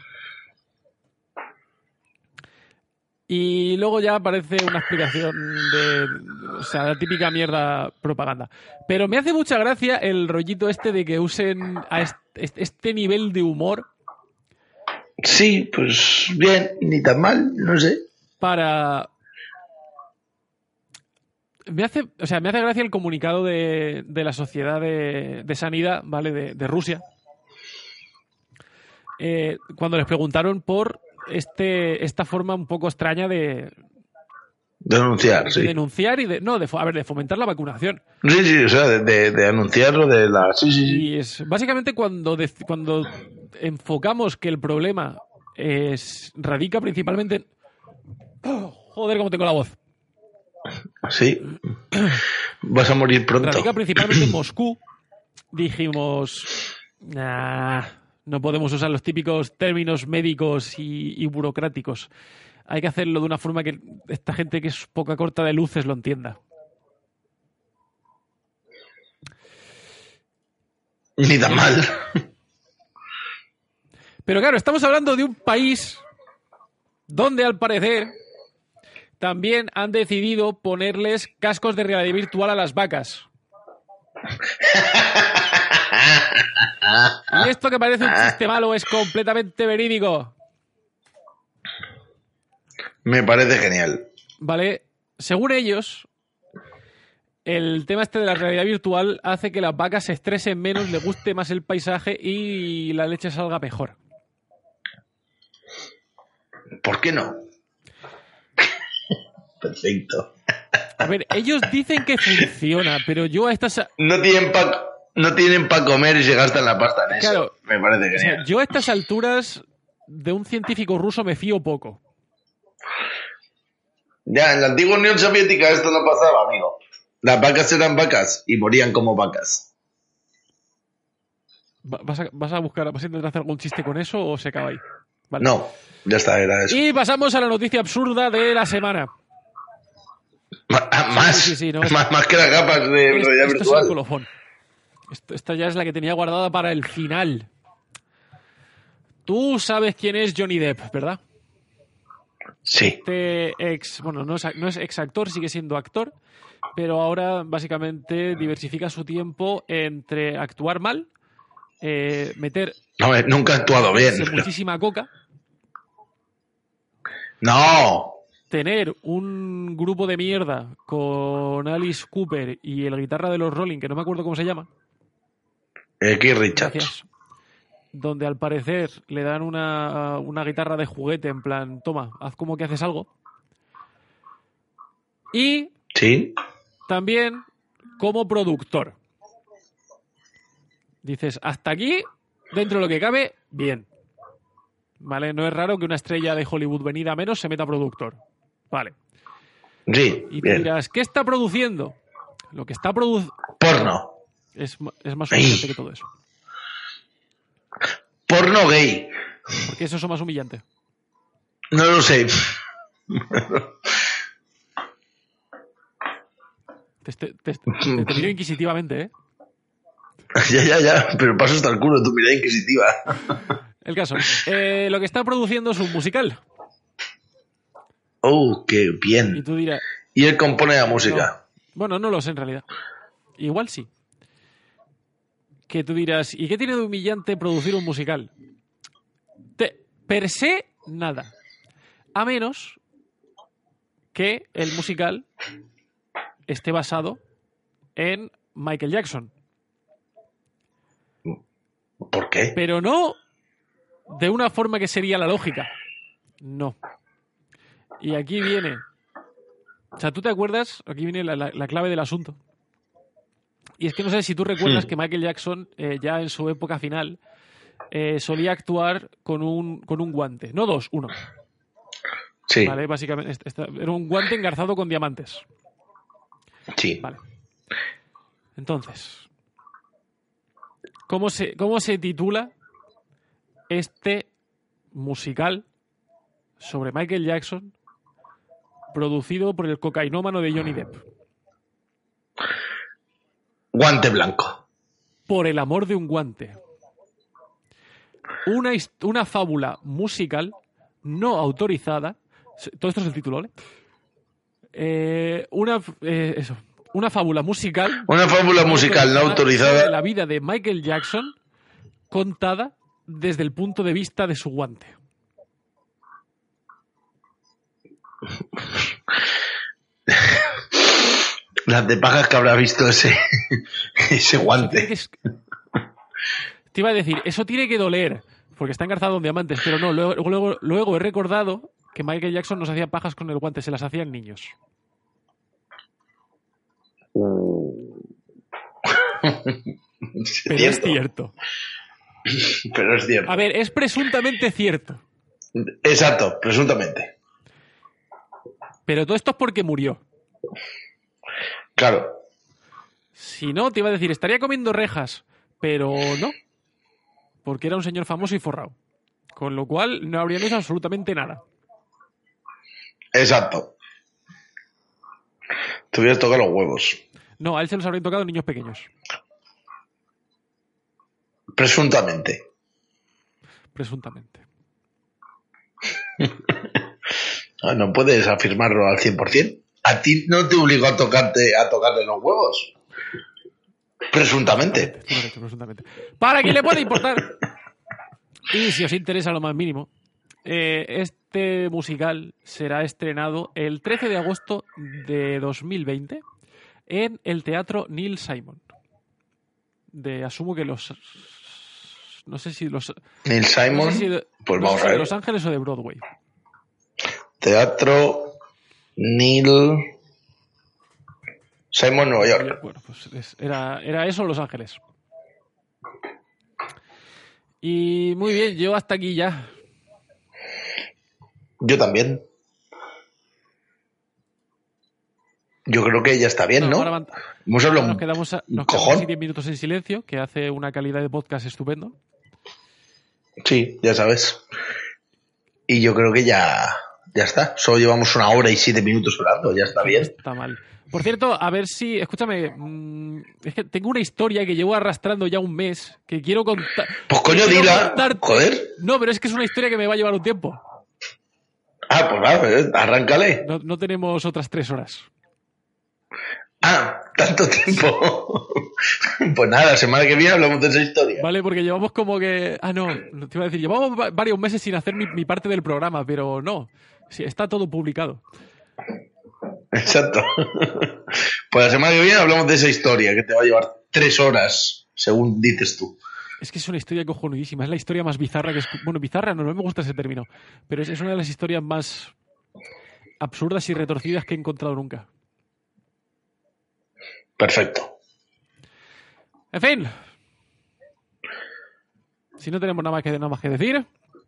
Speaker 3: Y luego ya aparece una explicación o sea, la típica mierda propaganda. Pero me hace mucha gracia el rollito este de que usen a este nivel de humor.
Speaker 4: Sí, pues bien, ni tan mal, no sé.
Speaker 3: Me hace gracia el comunicado de la Sociedad de Sanidad, ¿vale? De Rusia. Cuando les preguntaron por esta forma un poco extraña de
Speaker 4: denunciar, sí.
Speaker 3: De denunciar y de fomentar la vacunación.
Speaker 4: Sí, o sea, de anunciarlo de la... Sí.
Speaker 3: Y es básicamente cuando enfocamos que el problema radica principalmente en... Joder, cómo tengo la voz.
Speaker 4: Sí. Vas a morir pronto.
Speaker 3: Radica principalmente en Moscú. Dijimos... no podemos usar los típicos términos médicos y burocráticos. Hay que hacerlo de una forma que esta gente que es poca corta de luces lo entienda.
Speaker 4: Ni tan mal.
Speaker 3: Pero claro, estamos hablando de un país donde al parecer también han decidido ponerles cascos de realidad virtual a las vacas. Y esto que parece un chiste malo es completamente verídico.
Speaker 4: Me parece genial.
Speaker 3: Vale, según ellos, el tema este de la realidad virtual hace que las vacas se estresen menos, les guste más el paisaje y la leche salga mejor.
Speaker 4: ¿Por qué no? Perfecto.
Speaker 3: A ver, ellos dicen que funciona, pero yo a estas...
Speaker 4: No tienen para comer y se gastan la pasta en eso. Claro, me parece genial.
Speaker 3: O sea, yo a estas alturas de un científico ruso me fío poco.
Speaker 4: Ya, en la antigua Unión Soviética esto no pasaba, amigo. Las vacas eran vacas y morían como vacas.
Speaker 3: ¿Vas a intentar hacer algún chiste con eso o se acaba ahí? Vale.
Speaker 4: No, ya está, era eso.
Speaker 3: Y pasamos a la noticia absurda de la semana.
Speaker 4: Más, sí, no, más que las gafas de realidad virtual.
Speaker 3: Esto es el colofón. Esta ya es la que tenía guardada para el final. Tú sabes quién es Johnny Depp, ¿verdad?
Speaker 4: Sí.
Speaker 3: No es ex actor, sigue siendo actor, pero ahora básicamente diversifica su tiempo entre actuar mal, meter...
Speaker 4: No, nunca ha actuado bien.
Speaker 3: Muchísima coca.
Speaker 4: No.
Speaker 3: Tener un grupo de mierda con Alice Cooper y el guitarra de los Rolling, que no me acuerdo cómo se llama.
Speaker 4: Keith Richards.
Speaker 3: Gracias. Donde al parecer le dan una guitarra de juguete en plan, toma, haz como que haces algo. Y
Speaker 4: sí,
Speaker 3: también como productor. Dices, hasta aquí, dentro de lo que cabe, bien. ¿Vale? No es raro que una estrella de Hollywood venida a menos se meta productor. Vale.
Speaker 4: Sí,
Speaker 3: y tú dirás, ¿qué está produciendo? Lo que está produciendo...
Speaker 4: Porno.
Speaker 3: Es más humillante que todo eso.
Speaker 4: Porno gay.
Speaker 3: ¿Por qué es eso más humillante?
Speaker 4: No lo sé.
Speaker 3: Te miro inquisitivamente, ¿eh?
Speaker 4: Ya, pero paso hasta el culo tu mirada inquisitiva.
Speaker 3: El caso, lo que está produciendo es un musical.
Speaker 4: Oh, qué bien.
Speaker 3: Y tú dirás...
Speaker 4: ¿Y él compone la música?
Speaker 3: No. Bueno, no lo sé en realidad. Igual sí. Que tú dirás, ¿y qué tiene de humillante producir un musical? Per se, nada. A menos que el musical esté basado en Michael Jackson.
Speaker 4: ¿Por qué?
Speaker 3: Pero no de una forma que sería la lógica. No. Y aquí viene... O sea, ¿tú te acuerdas? Aquí viene la clave del asunto. Y es que no sé si tú recuerdas que Michael Jackson, ya en su época final, solía actuar con un guante. No dos, uno.
Speaker 4: Sí.
Speaker 3: Vale, básicamente era un guante engarzado con diamantes.
Speaker 4: Sí.
Speaker 3: Vale. Entonces, ¿cómo se titula este musical sobre Michael Jackson producido por el cocainómano de Johnny Depp?
Speaker 4: Guante blanco.
Speaker 3: Por el amor de un guante. Una fábula musical no autorizada. Todo esto es el título, ¿vale? Una fábula musical.
Speaker 4: Una fábula musical no autorizada.
Speaker 3: De la vida de Michael Jackson contada desde el punto de vista de su guante.
Speaker 4: Las de pajas que habrá visto ese guante.
Speaker 3: Te iba a decir, eso tiene que doler, porque está engarzado en diamantes, pero no, luego he recordado que Michael Jackson no se hacía pajas con el guante, se las hacían niños. Pero es cierto.
Speaker 4: Pero es cierto.
Speaker 3: A ver, es presuntamente cierto.
Speaker 4: Exacto, presuntamente.
Speaker 3: Pero todo esto es porque murió.
Speaker 4: Claro.
Speaker 3: Si no, te iba a decir, estaría comiendo rejas, pero no. Porque era un señor famoso y forrado. Con lo cual no habrían hecho absolutamente nada.
Speaker 4: Exacto. Te hubieras tocado los huevos.
Speaker 3: No, a él se los habrían tocado niños pequeños.
Speaker 4: Presuntamente.
Speaker 3: Presuntamente.
Speaker 4: No puedes afirmarlo al 100%. A ti no te obligó a tocarle los huevos. Presuntamente.
Speaker 3: Presuntamente. Para quien le puede importar. Y si os interesa lo más mínimo, este musical será estrenado el 13 de agosto de 2020 en el Teatro Neil Simon. Asumo que no sé si los...
Speaker 4: Neil Simon,
Speaker 3: no sé si
Speaker 4: pues vamos a ver.
Speaker 3: ¿De Los Ángeles o de Broadway?
Speaker 4: Teatro Neil Simon, Nueva York.
Speaker 3: Bueno, pues era eso, Los Ángeles. Y muy bien, yo hasta aquí ya.
Speaker 4: Yo también. Yo creo que ya está bien, ¿no? Hemos hablado
Speaker 3: nos quedamos así 10 minutos en silencio, que hace una calidad de podcast estupendo.
Speaker 4: Sí, ya sabes. Y yo creo que ya está. Solo llevamos 1 hora y 7 minutos hablando, ya está bien.
Speaker 3: Está mal. Por cierto, a ver si... Escúchame, es que tengo una historia que llevo arrastrando ya un mes, que quiero contar...
Speaker 4: Pues coño, dila, joder.
Speaker 3: No, pero es que es una historia que me va a llevar un tiempo.
Speaker 4: Ah, pues vale, arráncale.
Speaker 3: No tenemos otras 3 horas.
Speaker 4: Ah, tanto tiempo. Pues nada, la semana que viene hablamos de esa historia.
Speaker 3: Vale, porque llevamos como que... no, te iba a decir, llevamos varios meses sin hacer mi parte del programa, pero no. Sí, está todo publicado.
Speaker 4: Exacto. Pues la semana que viene hablamos de esa historia, que te va a llevar 3 horas, según dices tú.
Speaker 3: Es que es una historia cojonudísima. Es la historia más bizarra que... Bueno, bizarra no me gusta ese término, pero es una de las historias más absurdas y retorcidas que he encontrado nunca.
Speaker 4: Perfecto.
Speaker 3: En fin. Si no tenemos nada más que decir...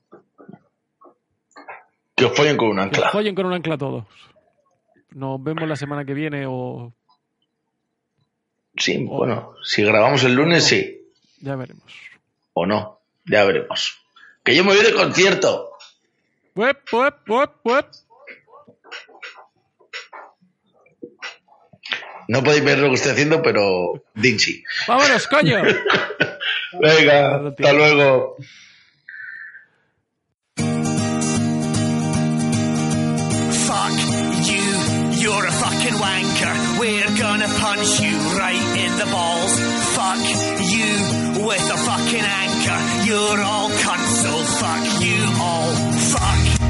Speaker 4: Que os follen con un ancla.
Speaker 3: Que os follen con un ancla todos. Nos vemos la semana que viene o...
Speaker 4: Sí, bueno, si grabamos el lunes, sí.
Speaker 3: Ya veremos.
Speaker 4: O no, ya veremos. Que yo me voy de concierto.
Speaker 3: Web.
Speaker 4: No podéis ver lo que estoy haciendo, pero Dinchi.
Speaker 3: ¡Vámonos, coño!
Speaker 4: Venga, hasta luego.
Speaker 1: Fuck you, you're a fucking wanker. We're gonna punch you right in the balls. Fuck you with a fucking anchor. You're all cunts, so fuck you all. Fuck